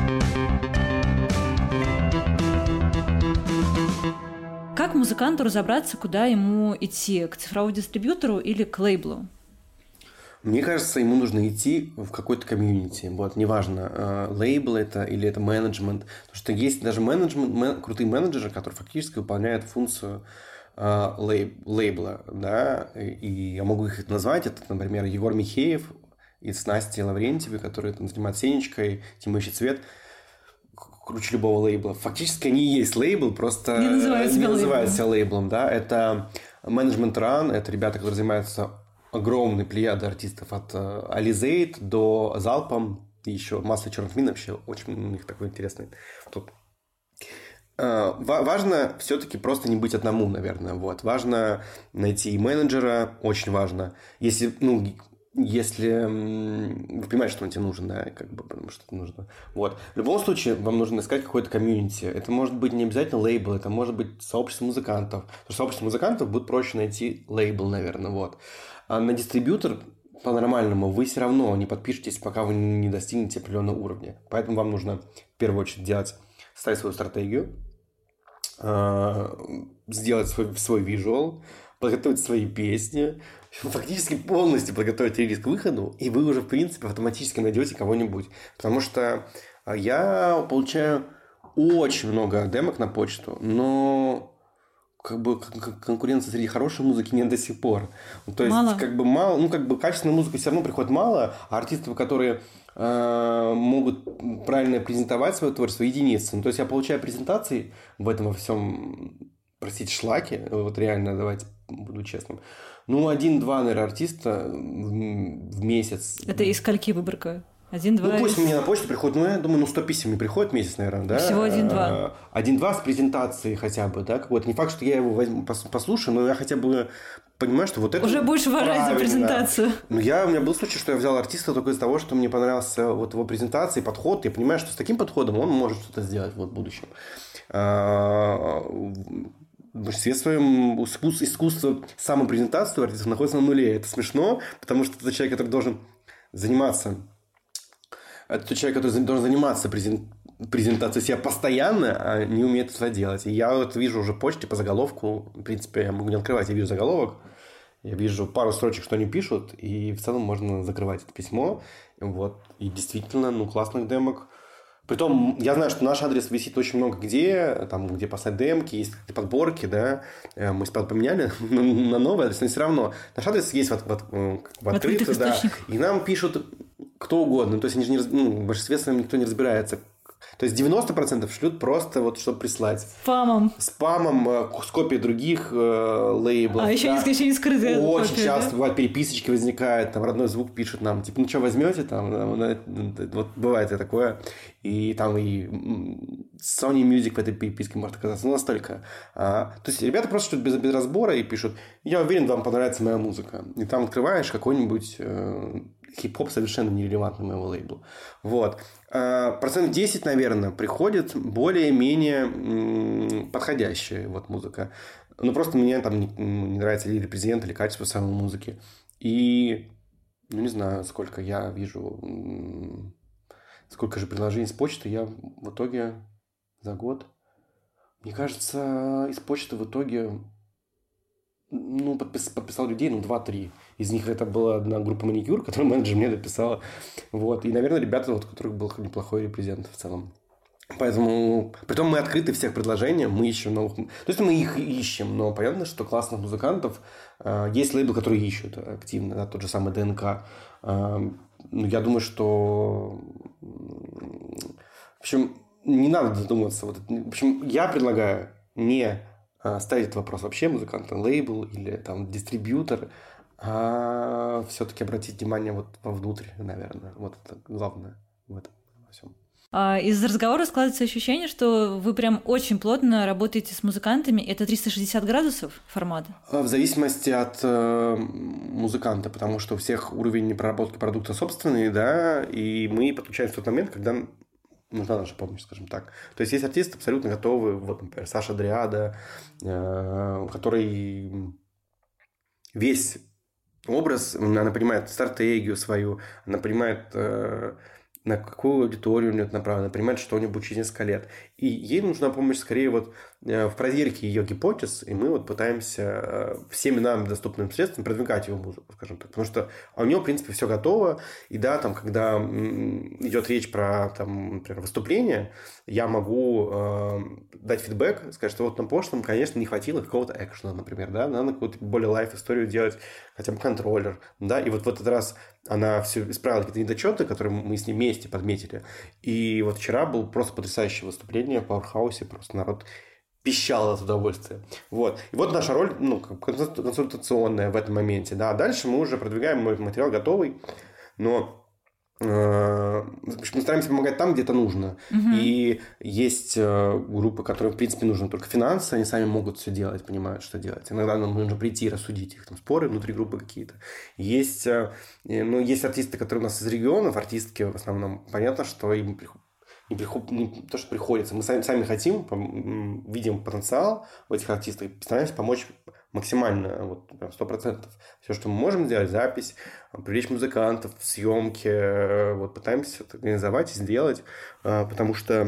Speaker 2: Как музыканту разобраться, куда ему идти? К цифровому дистрибьютору или к лейблу?
Speaker 1: Мне кажется, ему нужно идти в какой-то комьюнити. Вот, неважно, лейбл это или это менеджмент. Потому что есть даже менеджмент, мен, крутые менеджеры, которые фактически выполняют функцию э, лейб, лейбла. Да? И я могу их назвать. Это, например, Егор Михеев и с Настей Лаврентьевой, которые там занимаются Сенечкой, Тима Ищет Цвет. Круче любого лейбла. Фактически они и есть лейбл, просто
Speaker 2: не называют себя,
Speaker 1: не называют
Speaker 2: лейблом.
Speaker 1: себя лейблом. Да? Это Management Run, это ребята, которые занимаются огромной плеядой артистов от Alizate до Залпом и еще масса черных мин. Вообще очень у них такой интересный топ. Важно все-таки просто не быть одному, наверное. Вот. Важно найти менеджера, очень важно. Если, ну, если вы понимаете, что он тебе нужен, да, как бы, потому что это нужно. Вот. В любом случае, вам нужно искать какое-то комьюнити. Это может быть не обязательно лейбл, это может быть сообщество музыкантов. Потому что сообщество музыкантов будет проще найти лейбл, наверное, вот. А на дистрибьютор по-нормальному вы все равно не подпишетесь, пока вы не достигнете определенного уровня. Поэтому вам нужно в первую очередь делать, ставить свою стратегию, сделать свой, свой визуал, подготовить свои песни, фактически полностью подготовить релиз к выходу, и вы уже, в принципе, автоматически найдете кого-нибудь. Потому что я получаю очень много демок на почту, но как бы конкуренции среди хорошей музыки нет до сих пор. То есть,
Speaker 2: мало.
Speaker 1: как бы мало, ну, как бы качественной музыки все равно приходит мало, а артистов, которые э, могут правильно презентовать свое творчество, единицы. Ну, то есть, я получаю презентации в этом во всем, простите, шлаке, вот реально, давайте буду честным. Ну, один-два, наверное, артиста в месяц.
Speaker 2: Это из скольки выборка? Один-два.
Speaker 1: Ну, пусть мне на почту приходит, ну, я думаю, ну, сто писем мне приходит в месяц, наверное, да?
Speaker 2: Всего один-два.
Speaker 1: Один-два с презентацией хотя бы, да? Вот. Не факт, что я его возьму, послушаю, но я хотя бы понимаю, что вот это
Speaker 2: уже будешь ворать за презентацию.
Speaker 1: Ну, я, у меня был случай, что я взял артиста только из-за того, что мне понравился вот его презентация и подход. Я понимаю, что с таким подходом он может что-то сделать вот, в будущем. В большинстве своем искусство самопрезентации у артистов находится на нуле. Это смешно, потому что это человек, который должен заниматься... Это тот человек, который должен заниматься презентацией себя постоянно, а не умеет это делать. И я вот вижу уже почте по заголовку. В принципе, я могу не открывать, я вижу заголовок. Я вижу пару строчек, что они пишут. И в целом можно закрывать это письмо. Вот. И действительно, ну, классных демок. Притом, я знаю, что наш адрес висит очень много где, там, где поставить демки, есть подборки, да, мы спал поменяли на новый адрес, но все равно наш адрес есть в, в, в, в открытый, да, и нам пишут кто угодно, то есть они же не, ну, в большинстве своем никто не разбирается. То есть девяносто процентов шлют просто вот, чтобы прислать.
Speaker 2: Спамом.
Speaker 1: Спамом, с копией других э, лейблов.
Speaker 2: А, еще, да. не, еще не скрытые.
Speaker 1: Очень
Speaker 2: копия,
Speaker 1: часто
Speaker 2: да?
Speaker 1: бывают переписочки возникают, там родной звук пишет нам, типа, ну что, возьмете там? Вот бывает и такое. И там и Sony Music в этой переписке может оказаться. Ну, настолько. А, то есть ребята просто что-то без, без разбора и пишут, я уверен, вам понравится моя музыка. И там открываешь какой-нибудь... Э, хип-хоп совершенно нерелевантный моего лейбла. Вот. Процентов десять, наверное, приходит более-менее подходящая вот музыка. Ну, просто мне там не, не нравится или репрезент, или качество самой музыки. И, ну, не знаю, сколько я вижу, сколько же предложений с почты я в итоге за год. Мне кажется, из почты в итоге... Ну, подпис, подписал людей, ну, два-три. Из них это была одна группа маникюр, которую менеджер мне написала. Вот. И, наверное, ребята, вот, у которых был неплохой репрезент в целом. Поэтому... Притом мы открыты всех предложениям, мы ищем новых... То есть мы их ищем, но понятно, что классных музыкантов... Э, есть лейблы, которые ищут активно, да, тот же самый ДНК. Э, ну, я думаю, что... В общем, не надо задумываться. Вот, в общем, я предлагаю не... ставить этот вопрос вообще музыкантам, лейбл или там дистрибьютор, а все-таки обратить внимание вот вовнутрь, наверное. Вот это главное в этом всем.
Speaker 2: Из разговора складывается ощущение, что вы прям очень плотно работаете с музыкантами. Это триста шестьдесят градусов формат?
Speaker 1: В зависимости от э, музыканта, потому что у всех уровень проработки продукта собственный, да, и мы подключаемся в тот момент, когда нужна наша помощь, скажем так. То есть есть артисты абсолютно готовы, вот, например, Саша Дриада, э, который весь образ, она понимает стратегию свою, она понимает... Э, на какую аудиторию у нее направлено, понимает, что у нее будет через несколько лет. И ей нужна помощь скорее вот в проверке ее гипотез, и мы вот пытаемся всеми нам доступным средствами продвигать его музыку, скажем так. Потому что у нее, в принципе, все готово. И да, там, когда идет речь про, там, например, выступление, я могу э, дать фидбэк, сказать, что вот на прошлом, конечно, не хватило какого-то экшена, например, да, надо какую-то более лайф-историю делать, хотя бы контроллер, да, и вот в этот раз она все исправила какие-то недочеты, которые мы с ней вместе подметили. И вот вчера было просто потрясающее выступление в Пауэрхаусе, просто народ пищал от удовольствия. Вот. И вот наша роль, ну, консультационная в этом моменте, да, а дальше мы уже продвигаем мой материал готовый, но мы стараемся помогать там, где это нужно. Угу. И есть группы, которым, в принципе, нужны только финансы, они сами могут все делать, понимают, что делать. Иногда нам нужно прийти и рассудить их, там, споры внутри группы какие-то. Есть, ну, есть артисты, которые у нас из регионов, артистки в основном, понятно, что им не, приход... не то, что приходится. Мы сами, сами хотим, видим потенциал в этих артистах, стараемся помочь максимально, вот, сто процентов. Все, что мы можем сделать, запись, привлечь музыкантов, съемки, вот, пытаемся это организовать и сделать, потому что,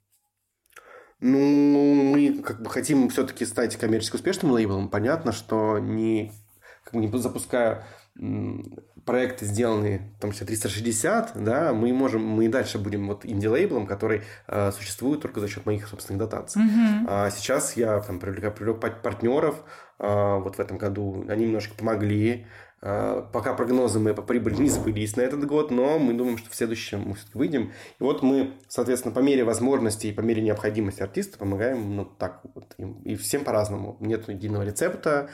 Speaker 1: ну, мы как бы хотим все-таки стать коммерчески успешным лейблом. Понятно, что не, как бы не запуская проекты, сделанные там триста шестьдесят, да, мы можем, мы и дальше будем вот инди-лейблом, который э, существует только за счет моих собственных дотаций. Mm-hmm. А сейчас я там привлек, привлек партнеров, э, вот в этом году они немножко помогли. Э, пока прогнозы мы по прибыли не сбылись на этот год, но мы думаем, что в следующем мы все-таки выйдем. И вот мы, соответственно, по мере возможностей и по мере необходимости артиста помогаем, ну, так вот, им, и всем по-разному. Нет единого рецепта,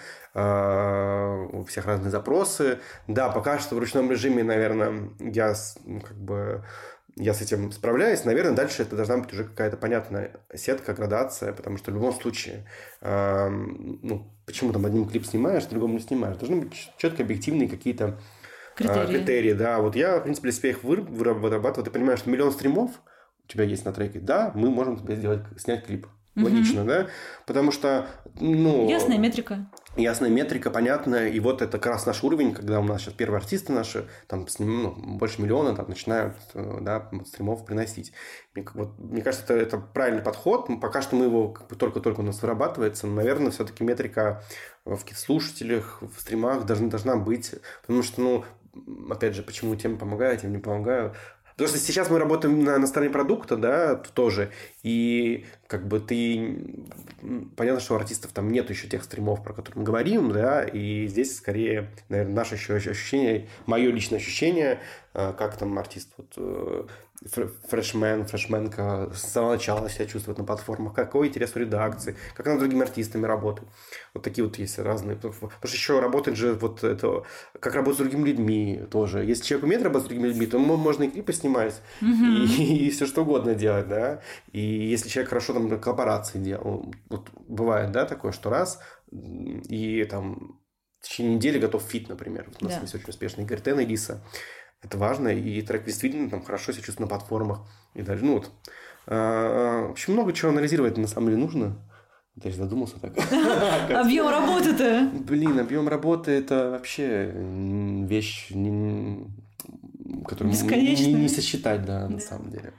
Speaker 1: э, у всех разные запросы. Да, пока что в ручном режиме, наверное, я, ну, как бы, я с этим справляюсь. Наверное, дальше это должна быть уже какая-то понятная сетка, градация, потому что в любом случае, э, ну, почему там один клип снимаешь, другому не снимаешь. Должны быть четко объективные какие-то критерии. Э, критерии, да. Вот я, в принципе, для себя их вырабатываю. Ты понимаешь, что миллион стримов у тебя есть на треке, да, мы можем тебе сделать, снять клип. Логично, угу. да? Потому что, ну...
Speaker 2: Ясная метрика.
Speaker 1: Ясная метрика, понятная. И вот это как раз наш уровень, когда у нас сейчас первые артисты наши, там, с ним, ну, больше миллиона, там, начинают, да, стримов приносить. Мне, вот, мне кажется, это, это правильный подход. Пока что мы его как бы только-только у нас вырабатывается. Но, наверное, все-таки метрика в слушателях, в стримах должна, должна быть. Потому что, ну, опять же, почему тем помогаю, тем не помогаю. Потому что сейчас мы работаем на, на стороне продукта, да, тоже, и как бы ты... Понятно, что у артистов там нет еще тех стримов, про которые мы говорим, да, и здесь скорее, наверное, наше еще ощущение, мое личное ощущение, как там артист вот, фрешмен, фрешменка с самого начала себя чувствует на платформах, какой интерес у редакции, как она с другими артистами работает. Вот такие вот есть разные. Потому что еще работает же вот это, как работать с другими людьми тоже. Если человек умеет работать с другими людьми, то можно и клипы снимать, mm-hmm. и, и все что угодно делать, да. И если человек хорошо там коллаборации делал, вот бывает, да, такое, что раз, и там в течение недели готов фит, например. Вот у нас yeah. есть очень успешный Игорь Тен и Лиса. Это важно, и трек действительно там хорошо себя чувствует на платформах. И даже, ну вот, а, в общем, много чего анализировать на самом деле нужно. Я же задумался так.
Speaker 2: Объем работы-то?
Speaker 1: Блин, объем работы – это вообще вещь, которую не сосчитать, да, на самом деле.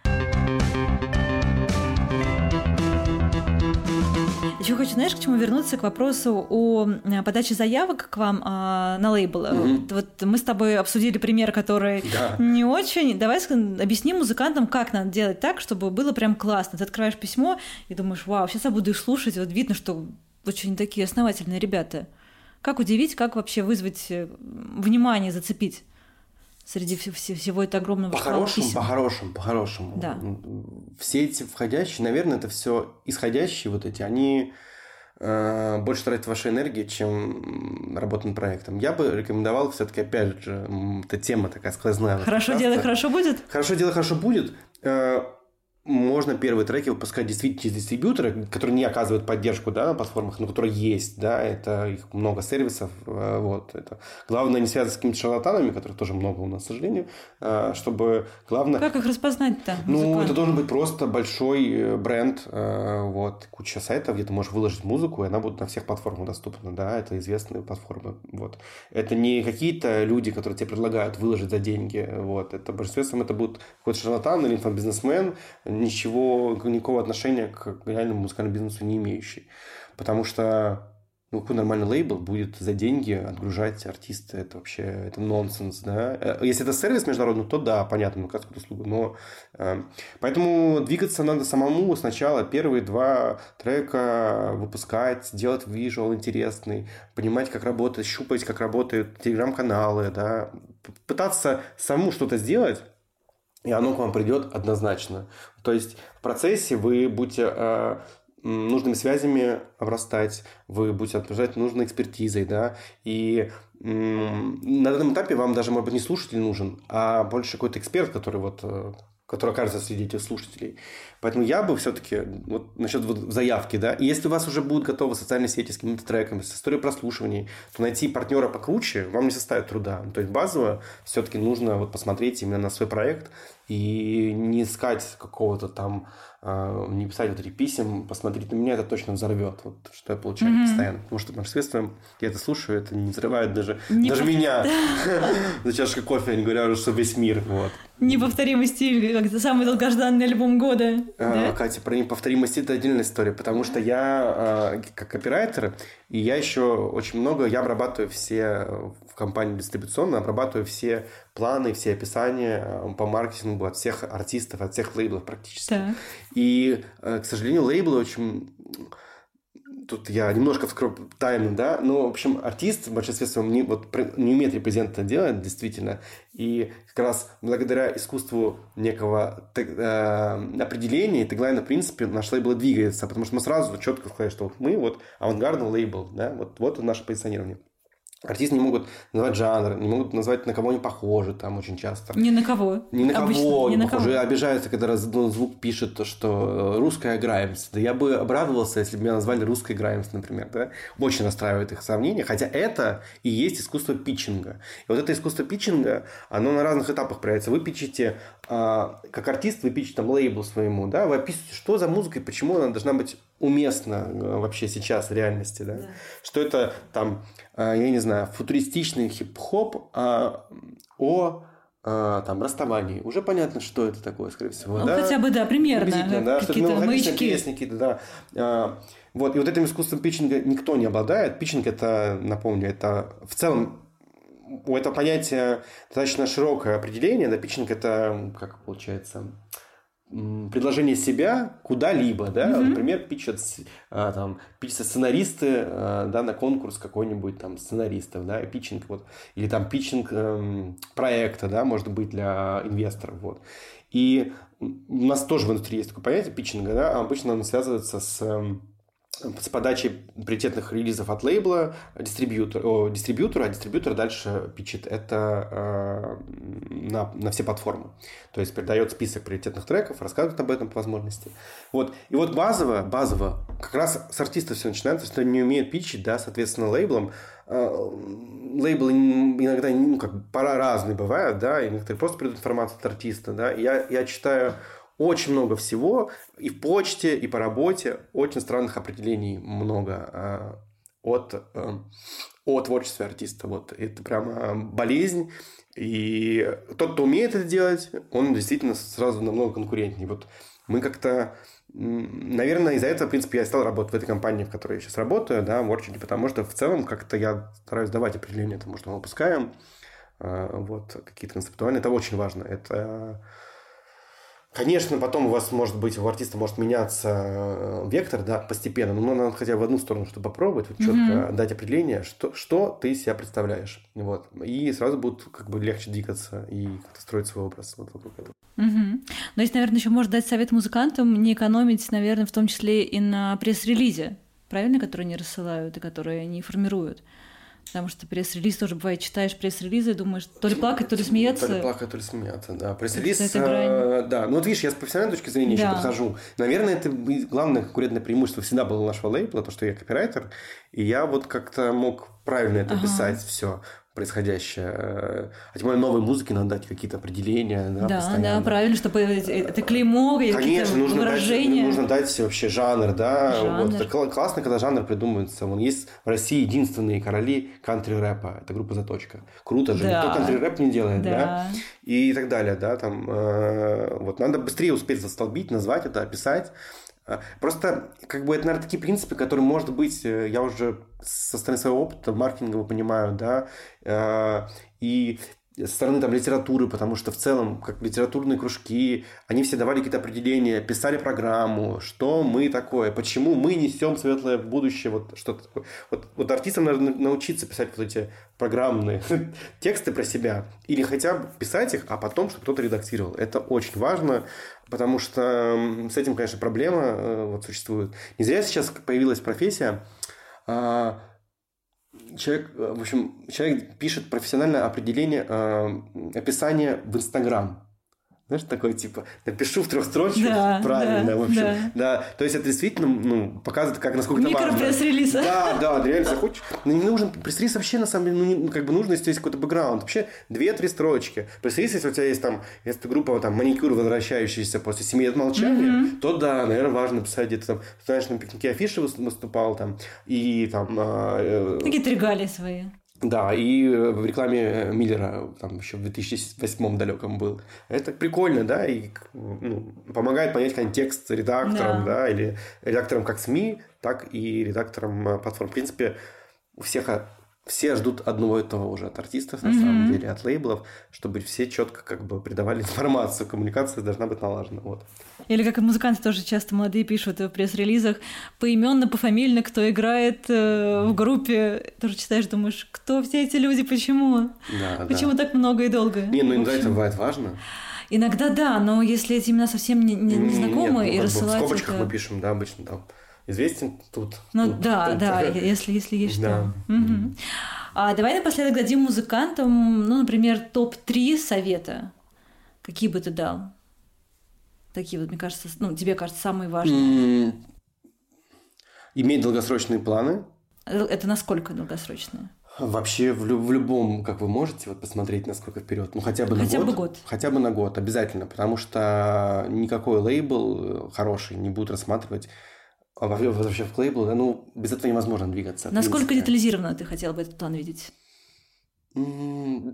Speaker 2: Еще хочу, знаешь, к чему вернуться, к вопросу о подаче заявок к вам а, на лейбл. Mm-hmm. Вот мы с тобой обсудили пример, который да. не очень. Давай объясни музыкантам, как надо делать так, чтобы было прям классно. Ты открываешь письмо и думаешь, вау, сейчас я буду их слушать. Вот видно, что очень такие основательные ребята. Как удивить, как вообще вызвать внимание, зацепить среди всего этого огромного
Speaker 1: по-хорошему, писем. По-хорошему, по-хорошему.
Speaker 2: Да.
Speaker 1: Все эти входящие, наверное, это все исходящие вот эти, они э, больше тратят вашей энергии, чем работа над проектом. Я бы рекомендовал все-таки, опять же, эта тема такая сквозная.
Speaker 2: Хорошо делай, хорошо будет?
Speaker 1: Хорошо делай, хорошо будет. можно первые треки выпускать действительно через дистрибьюторы, которые не оказывают поддержку, да, на платформах, но которые есть, да, это их много сервисов, вот, это. Главное не связано с какими-то шарлатанами, которых тоже много у нас, к сожалению, чтобы, главное...
Speaker 2: Как их распознать-то?
Speaker 1: Ну,
Speaker 2: музыкант?
Speaker 1: Это должен быть просто большой бренд, вот, куча сайтов, где ты можешь выложить музыку, и она будет на всех платформах доступна, да, это известные платформы, вот. Это не какие-то люди, которые тебе предлагают выложить за деньги, вот, это большинством это будет какой-то шарлатан или инфобизнесмен, ничего, никакого отношения к реальному музыкальному бизнесу не имеющий. Потому что ну, какой нормальный лейбл будет за деньги отгружать артиста? Это вообще это нонсенс, да? Если это сервис международный, то да, понятно, ну, как услуга. Но э, поэтому двигаться надо самому сначала. Первые два трека выпускать, делать визуал интересный, понимать, как работает, щупать, как работают телеграм-каналы, да? Пытаться самому что-то сделать, и оно к вам придет однозначно. То есть в процессе вы будете э, нужными связями обрастать, вы будете обрастать нужной экспертизой, да, и э, на данном этапе вам даже, может быть, не слушатель нужен, а больше какой-то эксперт, который вот... Э, который окажется среди этих слушателей. Поэтому я бы все-таки, вот насчет вот заявки, да, и если у вас уже будут готовы социальные сети с какими-то треками, с историей прослушиваний, то найти партнера покруче вам не составит труда. То есть базово все-таки нужно вот посмотреть именно на свой проект и не искать какого-то там, э, не писать вот этих писем, посмотреть на меня, это точно взорвет, вот что я получаю mm-hmm. постоянно. Потому что большинством я это слушаю, это не взрывает даже, даже меня. За чашкой кофе, не говоря уже, что весь мир, вот.
Speaker 2: Неповторимый стиль, как это самый долгожданный альбом года.
Speaker 1: А,
Speaker 2: да?
Speaker 1: Катя, про неповторимость это отдельная история, потому что я как копирайтер, и я еще очень много, я обрабатываю все в компании дистрибуционно, обрабатываю все планы, все описания по маркетингу от всех артистов, от всех лейблов практически.
Speaker 2: Так.
Speaker 1: И, к сожалению, лейблы очень... Тут я немножко вскрою тайну, да, но, в общем, артист в большинстве своем не, вот, не умеет репрезентно делать, действительно, и как раз благодаря искусству некого э, определения, теглайна, в принципе, наш лейбл двигается, потому что мы сразу четко сказали, что вот мы вот авангардный лейбл, да, вот, вот наше позиционирование. Артисты не могут назвать жанр, не могут назвать, на кого они похожи там очень часто.
Speaker 2: Ни на кого.
Speaker 1: Ни на
Speaker 2: Обычно,
Speaker 1: кого.
Speaker 2: Ни на кого.
Speaker 1: Уже обижаются, когда раз, ну, звук пишет, что русская Граймс. Да я бы обрадовался, если бы меня назвали русской Граймс, например. Да? Очень расстраивает их сомнения. Хотя это и есть искусство питчинга. И вот это искусство питчинга, оно на разных этапах проявляется. Вы питчите, а, как артист, вы питчите там лейблу своему, да? Вы описываете, что за музыка и почему она должна быть уместна вообще сейчас в реальности. Да? Да. Что это там, я не знаю, футуристичный хип-хоп а, о а, там, расставании. Уже понятно, что это такое, скорее всего.
Speaker 2: Ну,
Speaker 1: да?
Speaker 2: хотя бы, да, примерно. Да,
Speaker 1: да,
Speaker 2: какие-то
Speaker 1: что-то
Speaker 2: маячки.
Speaker 1: Песни, какие-то, да. А, вот, и вот этим искусством питчинга никто не обладает. Питчинг – это, напомню, это в целом у этого понятия достаточно широкое определение. Да, питчинг – это, как получается... предложение себя куда-либо, да, mm-hmm. например, питчат, а, там, питчат сценаристы, а, да, на конкурс какой-нибудь там сценаристов, да, питчинг, вот, или там питчинг эм, проекта, да, может быть, для инвесторов, вот. И у нас тоже в индустрии есть такое понятие питчинга, да, обычно оно связывается с... Эм, с подачей приоритетных релизов от лейбла дистрибьютор, о, дистрибьютора, а дистрибьютор дальше питчит это э, на, на все платформы. То есть передает список приоритетных треков, рассказывает об этом по возможности. Вот. И вот базово, базово, как раз с артиста все начинается, что они не умеют питчить, да, соответственно, лейблом. Э, лейблы иногда ну, как, пора разные бывают, да, и некоторые просто придут информацию от артиста, да. Я, я читаю очень много всего, и в почте, и по работе, очень странных определений много э, от, э, о творчестве артиста. Вот. Это прямо болезнь, и тот, кто умеет это делать, он действительно сразу намного конкурентнее. Вот мы как-то, наверное, из-за этого, в принципе, я стал работать в этой компании, в которой я сейчас работаю, да, в Orchard, потому что в целом как-то я стараюсь давать определение тому, что мы выпускаем, э, вот, какие-то концептуальные, это очень важно, это... Конечно, потом у вас, может быть, у артиста может меняться вектор, да, постепенно, но надо хотя бы в одну сторону, чтобы попробовать, вот, четко mm-hmm. дать определение, что, что ты из себя представляешь. Вот. И сразу будет как бы легче двигаться и как-то строить свой образ вот вокруг этого.
Speaker 2: Mm-hmm. Но здесь, наверное, еще можно дать совет музыкантам не экономить, наверное, в том числе и на пресс-релизе, правильно, которые они рассылают и которые они формируют. Потому что пресс-релиз тоже бывает, читаешь пресс-релизы и думаешь, то ли плакать, то ли смеяться.
Speaker 1: То ли плакать, то ли смеяться, да. Пресс-релиз,
Speaker 2: это
Speaker 1: э, да. Ну вот видишь, я с профессиональной точки зрения
Speaker 2: да.
Speaker 1: еще подхожу. Наверное, это главное конкурентное преимущество всегда было нашего лейбла, то, что я копирайтер, и я вот как-то мог правильно это ага. писать все происходящее. А тем более новой музыке надо дать какие-то определения. Да,
Speaker 2: да,
Speaker 1: постоянно.
Speaker 2: да, правильно, чтобы это клеймо,
Speaker 1: конечно, нужно
Speaker 2: выражения.
Speaker 1: Дать, нужно дать вообще жанр, да.
Speaker 2: Жанр.
Speaker 1: Вот, это классно, когда жанр придумывается. Вон есть в России единственные короли кантри-рэпа. Это группа «Заточка». Круто же. Да. Никто кантри-рэп не делает, да. да. И так далее, да. Там, э, вот, надо быстрее успеть застолбить, назвать это, описать. Просто, как бы, это, наверное, такие принципы, которые, может быть, я уже со стороны своего опыта маркетингового понимаю, да, и со стороны там литературы, потому что в целом, как литературные кружки, они все давали какие-то определения, писали программу, что мы такое, почему мы несем светлое будущее, вот что-то такое. Вот, вот артистам надо научиться писать вот эти программные тексты про себя, или хотя бы писать их, а потом, чтобы кто-то редактировал. Это очень важно, потому что с этим, конечно, проблема вот существует. Не зря сейчас появилась профессия. Человек, в общем, человек пишет профессиональное определение, описание в Инстаграм. Знаешь, такое типа, напишу в трех строчках да, правильно, да, в общем. Да. да. То есть это действительно ну, показывает, как, насколько это важно.
Speaker 2: Микро-пресс-релиз.
Speaker 1: Да, да, реально захочешь. Ну, не нужен пресс-релиз вообще, на самом деле, ну, не, как бы нужно, если есть какой-то бэкграунд. Вообще две-три строчки. Пресс-релиз, если у тебя есть там, если группа там маникюр, возвращающаяся после семи лет молчания, mm-hmm. то да, наверное, важно писать где-то там, знаешь, на пикнике афиши выступал там, и там... Э,
Speaker 2: какие-то регалии свои.
Speaker 1: Да, и в рекламе Миллера там еще в две тысячи восьмом далеком был. Это прикольно, да, и ну, помогает понять контекст редакторам, да. да, или редакторам как СМИ, так и редакторам платформ. В принципе, у всех все ждут одного и того же от артистов, на mm-hmm. самом деле, от лейблов, чтобы все четко как бы передавали информацию, коммуникация должна быть налажена. Вот.
Speaker 2: Или как и музыканты тоже часто молодые пишут в пресс-релизах поименно, пофамильно, кто играет э, в группе. Тоже читаешь, думаешь, кто все эти люди, почему?
Speaker 1: Да,
Speaker 2: почему
Speaker 1: да.
Speaker 2: так много и долго?
Speaker 1: Не, ну иногда это бывает важно.
Speaker 2: Иногда да, но если эти имена совсем не, не, не знакомы
Speaker 1: Нет, ну,
Speaker 2: и рассылать
Speaker 1: в скобочках
Speaker 2: это...
Speaker 1: мы пишем, да, обычно там известен тут.
Speaker 2: Ну
Speaker 1: тут,
Speaker 2: да,
Speaker 1: тут,
Speaker 2: да,
Speaker 1: тут.
Speaker 2: если, если есть что.
Speaker 1: Да.
Speaker 2: Угу. А давай напоследок дадим музыкантам, ну, например, топ три совета. Какие бы ты дал? Такие вот, мне кажется, ну, тебе кажется, самые важные.
Speaker 1: Иметь долгосрочные планы.
Speaker 2: Это насколько долгосрочные?
Speaker 1: Вообще в, в любом, как вы можете вот посмотреть, насколько вперед, ну хотя бы на
Speaker 2: хотя
Speaker 1: год,
Speaker 2: бы год,
Speaker 1: хотя бы на год обязательно, потому что никакой лейбл хороший не будет рассматривать вообще в лейбл, да, ну без этого невозможно двигаться.
Speaker 2: Насколько детализированно ты хотел бы этот план видеть?
Speaker 1: Ну,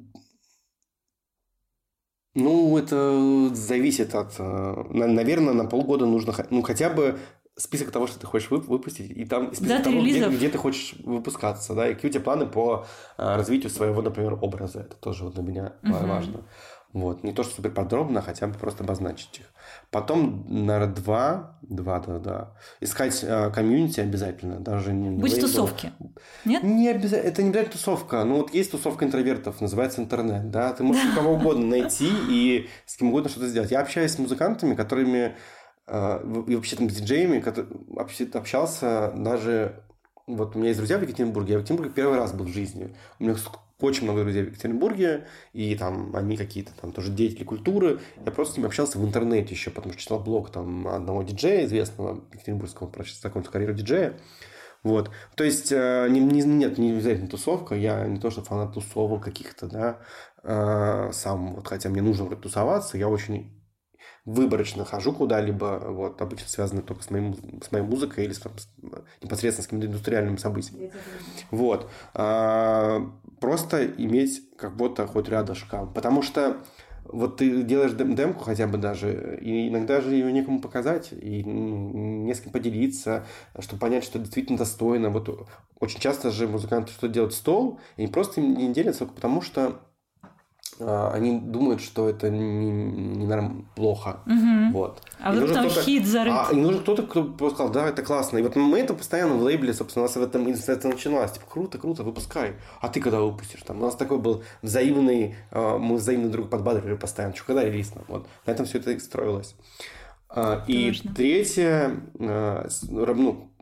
Speaker 1: это зависит от, наверное, на полгода нужно, ну хотя бы список того, что ты хочешь выпустить, и там список того, где, где ты хочешь выпускаться, да, и какие у тебя планы по а, развитию своего, например, образа. Это тоже вот для меня uh-huh. важно. Вот. Не то, что супер подробно, а хотя бы просто обозначить их. Потом, наверное, два, два, да, да. Искать а, комьюнити обязательно, даже не, не
Speaker 2: Будь
Speaker 1: лейбл.
Speaker 2: тусовки, нет?
Speaker 1: Не обязательно, это не обязательно тусовка. Ну, вот есть тусовка интровертов, называется интернет, да. Ты можешь кого угодно найти и с кем угодно что-то сделать. Я общаюсь с музыкантами, которыми... и вообще там с диджеями, который общался даже... Вот у меня есть друзья в Екатеринбурге. Я в Екатеринбурге первый раз был в жизни. У меня очень много друзей в Екатеринбурге, и там они какие-то там тоже деятели культуры. Я просто с ними общался в интернете еще, потому что читал блог там одного диджея известного екатеринбургского, про закончил карьеру диджея. Вот. То есть, не, не, нет, не обязательно тусовка. Я не то, что фанат тусовок каких-то, да, сам, вот, хотя мне нужно тусоваться, я очень... выборочно хожу куда-либо, вот, обычно связано только с моей, с моей музыкой или с, с, непосредственно с каким-то индустриальным событием. Вот. А, просто иметь как-то хоть рядышком. Потому что вот ты делаешь демку хотя бы даже, и иногда же ее некому показать, и ну, не с кем поделиться, чтобы понять, что действительно достойно. Вот очень часто же музыканты что делают стол, и они просто не делятся только потому, что они думают, что это не, не наверное, плохо. Угу. Вот.
Speaker 2: А вдруг там хит зарыт.
Speaker 1: А, и нужен кто-то, кто сказал, да, это классно. И вот мы это постоянно в лейбле, собственно, у нас в этом это начиналось. Типа, круто, круто, выпускай. А ты когда выпустишь? Там, у нас такой был взаимный, мы взаимно друг подбадривали постоянно. Что, когда релиз? Вот. На этом все это и строилось. И Точно. Третье, ну,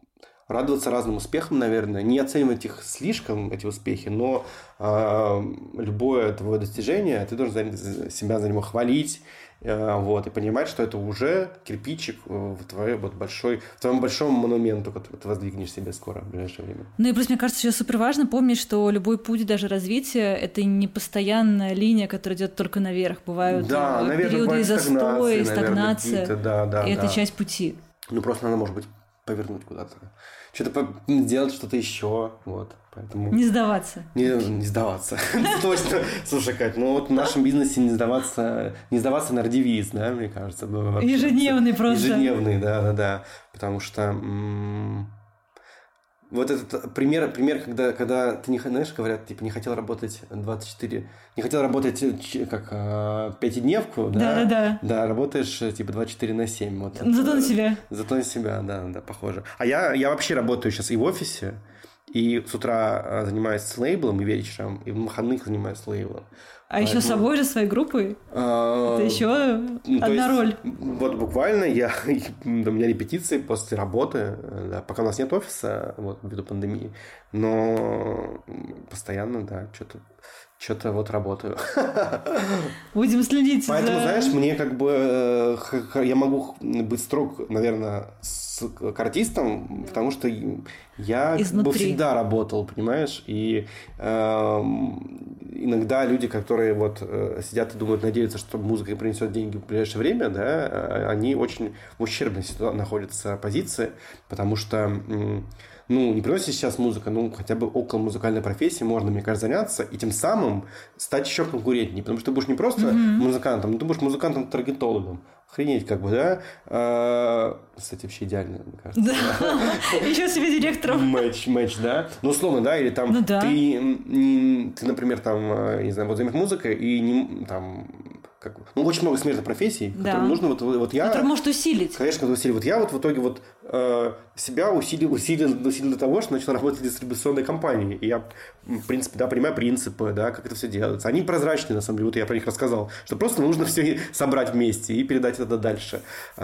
Speaker 1: радоваться разным успехам, наверное, не оценивать их слишком, эти успехи, но э, любое твое достижение, ты должен себя за него хвалить, э, вот, и понимать, что это уже кирпичик в, твоей, вот, большой, в твоем большом монументу, который ты воздвигнешь себе скоро, в ближайшее время.
Speaker 2: Ну и плюс, мне кажется, сейчас супер важно помнить, что любой путь, даже развития, это не постоянная линия, которая идет только наверх. Бывают
Speaker 1: да, наверное,
Speaker 2: периоды застоя, стагнация,
Speaker 1: да, да,
Speaker 2: и
Speaker 1: да.
Speaker 2: это часть пути.
Speaker 1: Ну, просто надо, может быть, повернуть куда-то. Что-то сделать, что-то еще. Вот. Поэтому...
Speaker 2: Не сдаваться.
Speaker 1: Не, не сдаваться. Точно. Слушай, Кать, ну вот в нашем бизнесе не сдаваться, не сдаваться на девиз, да, мне кажется.
Speaker 2: Ежедневный просто.
Speaker 1: Ежедневный, да, да, да. Потому что вот этот пример, пример когда, когда ты не, знаешь, говорят, типа, не хотел работать двадцать четыре, не хотел работать как пятидневку, да,
Speaker 2: да, да, да.
Speaker 1: Да, работаешь типа двадцать четыре на семь. Вот,
Speaker 2: зато это, на себя.
Speaker 1: Зато на себя, да, да, похоже. А я, я вообще работаю сейчас и в офисе, и с утра занимаюсь с лейблом, и вечером, и в выходных занимаюсь с лейблом.
Speaker 2: А Поэтому... еще собой же, своей группой? А... Это еще одна есть, роль.
Speaker 1: Вот буквально я, у меня репетиции после работы, да, пока у нас нет офиса, вот, ввиду пандемии, но постоянно, да, что-то что-то вот работаю.
Speaker 2: Будем следить.
Speaker 1: Поэтому,
Speaker 2: за...
Speaker 1: знаешь, мне как бы я могу быть строг, наверное, с, к артистам, потому что я как бы всегда работал, понимаешь, и э, иногда люди, которые вот сидят и думают, надеются, что музыка принесет деньги в ближайшее время, да, они очень в ущербной находятся позиции, потому что ну, не приносит сейчас музыка, ну, хотя бы около музыкальной профессии можно, мне кажется, заняться и тем самым стать еще конкурентнее, потому что ты будешь не просто mm-hmm. музыкантом, ты будешь музыкантом-таргетологом. Охренеть, как бы, да? А, кстати, вообще идеально, мне кажется.
Speaker 2: Да, еще себе директором.
Speaker 1: Матч, матч, да? Ну, условно, да, или там ты, ты, например, там, не знаю, вот займешь музыкой и не, там... Как, ну, очень много смежных профессий, да. Которым нужно вот, вот я...
Speaker 2: Который может усилить.
Speaker 1: Конечно, усилить. Вот я вот в итоге вот э, себя усилил, усилил, усилил для того, что начал работать в дистрибуционной компании. И я, в принципе, да, понимаю принципы, да, как это все делается. Они прозрачные, на самом деле. Вот я про них рассказал. Что просто нужно все собрать вместе и передать это дальше.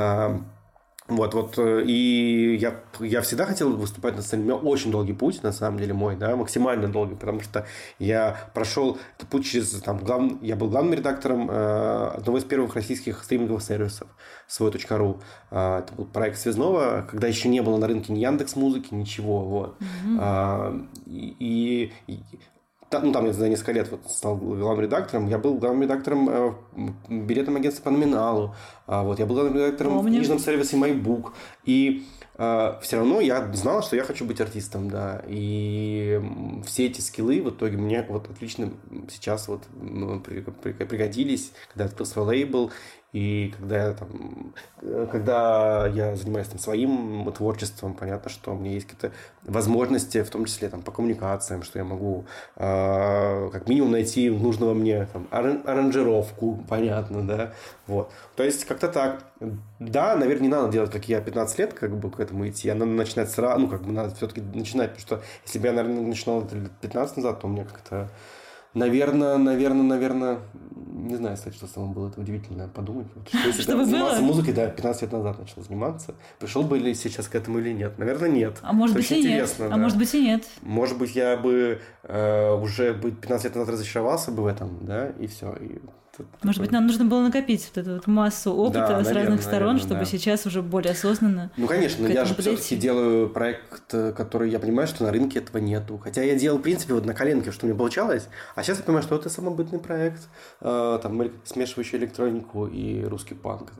Speaker 1: Вот, вот, и я, я всегда хотел выступать на сцене. У меня очень долгий путь, на самом деле, мой, да, максимально долгий, потому что я прошел этот путь через, там, глав... я был главным редактором э, одного из первых российских стриминговых сервисов, свой точка ру. Э, это был проект Связного, когда еще не было на рынке ни Яндекс.Музыки, ничего, вот. Mm-hmm. э, и, и ну, там я за несколько лет вот стал главным редактором. Я был главным редактором э, в билетном агентстве по номиналу. А, вот, я был главным редактором Помню. в книжном сервисе MyBook. И э, все равно я знал, что я хочу быть артистом, да. И все эти скиллы в итоге мне вот отлично сейчас вот пригодились, когда я открыл свой лейбл. И когда я, там, когда я занимаюсь там, своим творчеством, понятно, что у меня есть какие-то возможности, в том числе там, по коммуникациям, что я могу э, как минимум найти нужного мне там, аранжировку, понятно, да, вот. То есть как-то так. Да, наверное, не надо делать, как я, пятнадцать лет, как бы к этому идти, а надо начинать сразу, ну, как бы надо все-таки начинать, потому что если бы я, наверное, начинал пятнадцать назад, то у меня как-то Наверное, наверное, наверное, не знаю, кстати, что самое было это удивительно подумать. Вот, что если бы я занимался музыкой, да, пятнадцать лет назад начал заниматься, пришел бы ли сейчас к этому или нет? Наверное, нет.
Speaker 2: А может быть и нет.
Speaker 1: Да.
Speaker 2: А может быть и нет.
Speaker 1: Может быть, я бы э, уже бы пятнадцать лет назад разочаровался бы в этом, да, и все. И
Speaker 2: Может такой... быть, нам нужно было накопить вот эту вот массу опыта да, с наверное, разных сторон, наверное, чтобы да. сейчас уже более осознанно.
Speaker 1: Ну, конечно, но я же подойти. все-таки делаю проект, который я понимаю, что на рынке этого нету. Хотя я делал, в принципе, вот на коленке, что у меня получалось, а сейчас я понимаю, что это самобытный проект, э, там, смешивающий электронику и русский панк.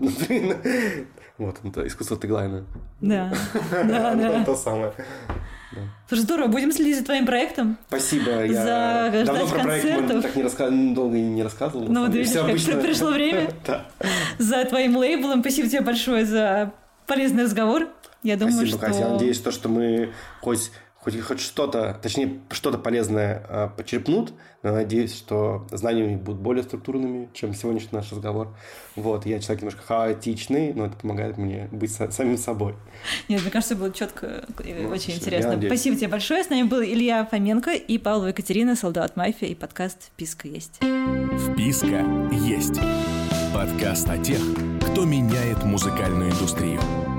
Speaker 1: Вот, это искусство теглайна.
Speaker 2: Да, да, да.
Speaker 1: То самое.
Speaker 2: Да. Слушай, здорово, будем следить за твоим проектом.
Speaker 1: Спасибо. Я
Speaker 2: за
Speaker 1: давно про проект мы так не раска... долго не рассказывал.
Speaker 2: Ну вот видишь, как обычно... пришло время.
Speaker 1: Да.
Speaker 2: За твоим лейблом. Спасибо тебе большое за полезный разговор. Я думаю,
Speaker 1: Спасибо,
Speaker 2: что...
Speaker 1: Катя. Я надеюсь, то, что мы хоть, хоть, хоть что-то, точнее, что-то полезное э, почерпнут. Но надеюсь, что знания будут более структурными, чем сегодняшний наш разговор. Вот. Я человек немножко хаотичный, но это помогает мне быть со- самим собой.
Speaker 2: Нет, мне кажется, было четко и ну, очень все, интересно. Спасибо тебе большое. С нами был Илья Фоменко и Павлова Екатерина, Солдат Мафия и подкаст «Вписка есть».
Speaker 3: «Вписка есть». Подкаст о тех, кто меняет музыкальную индустрию.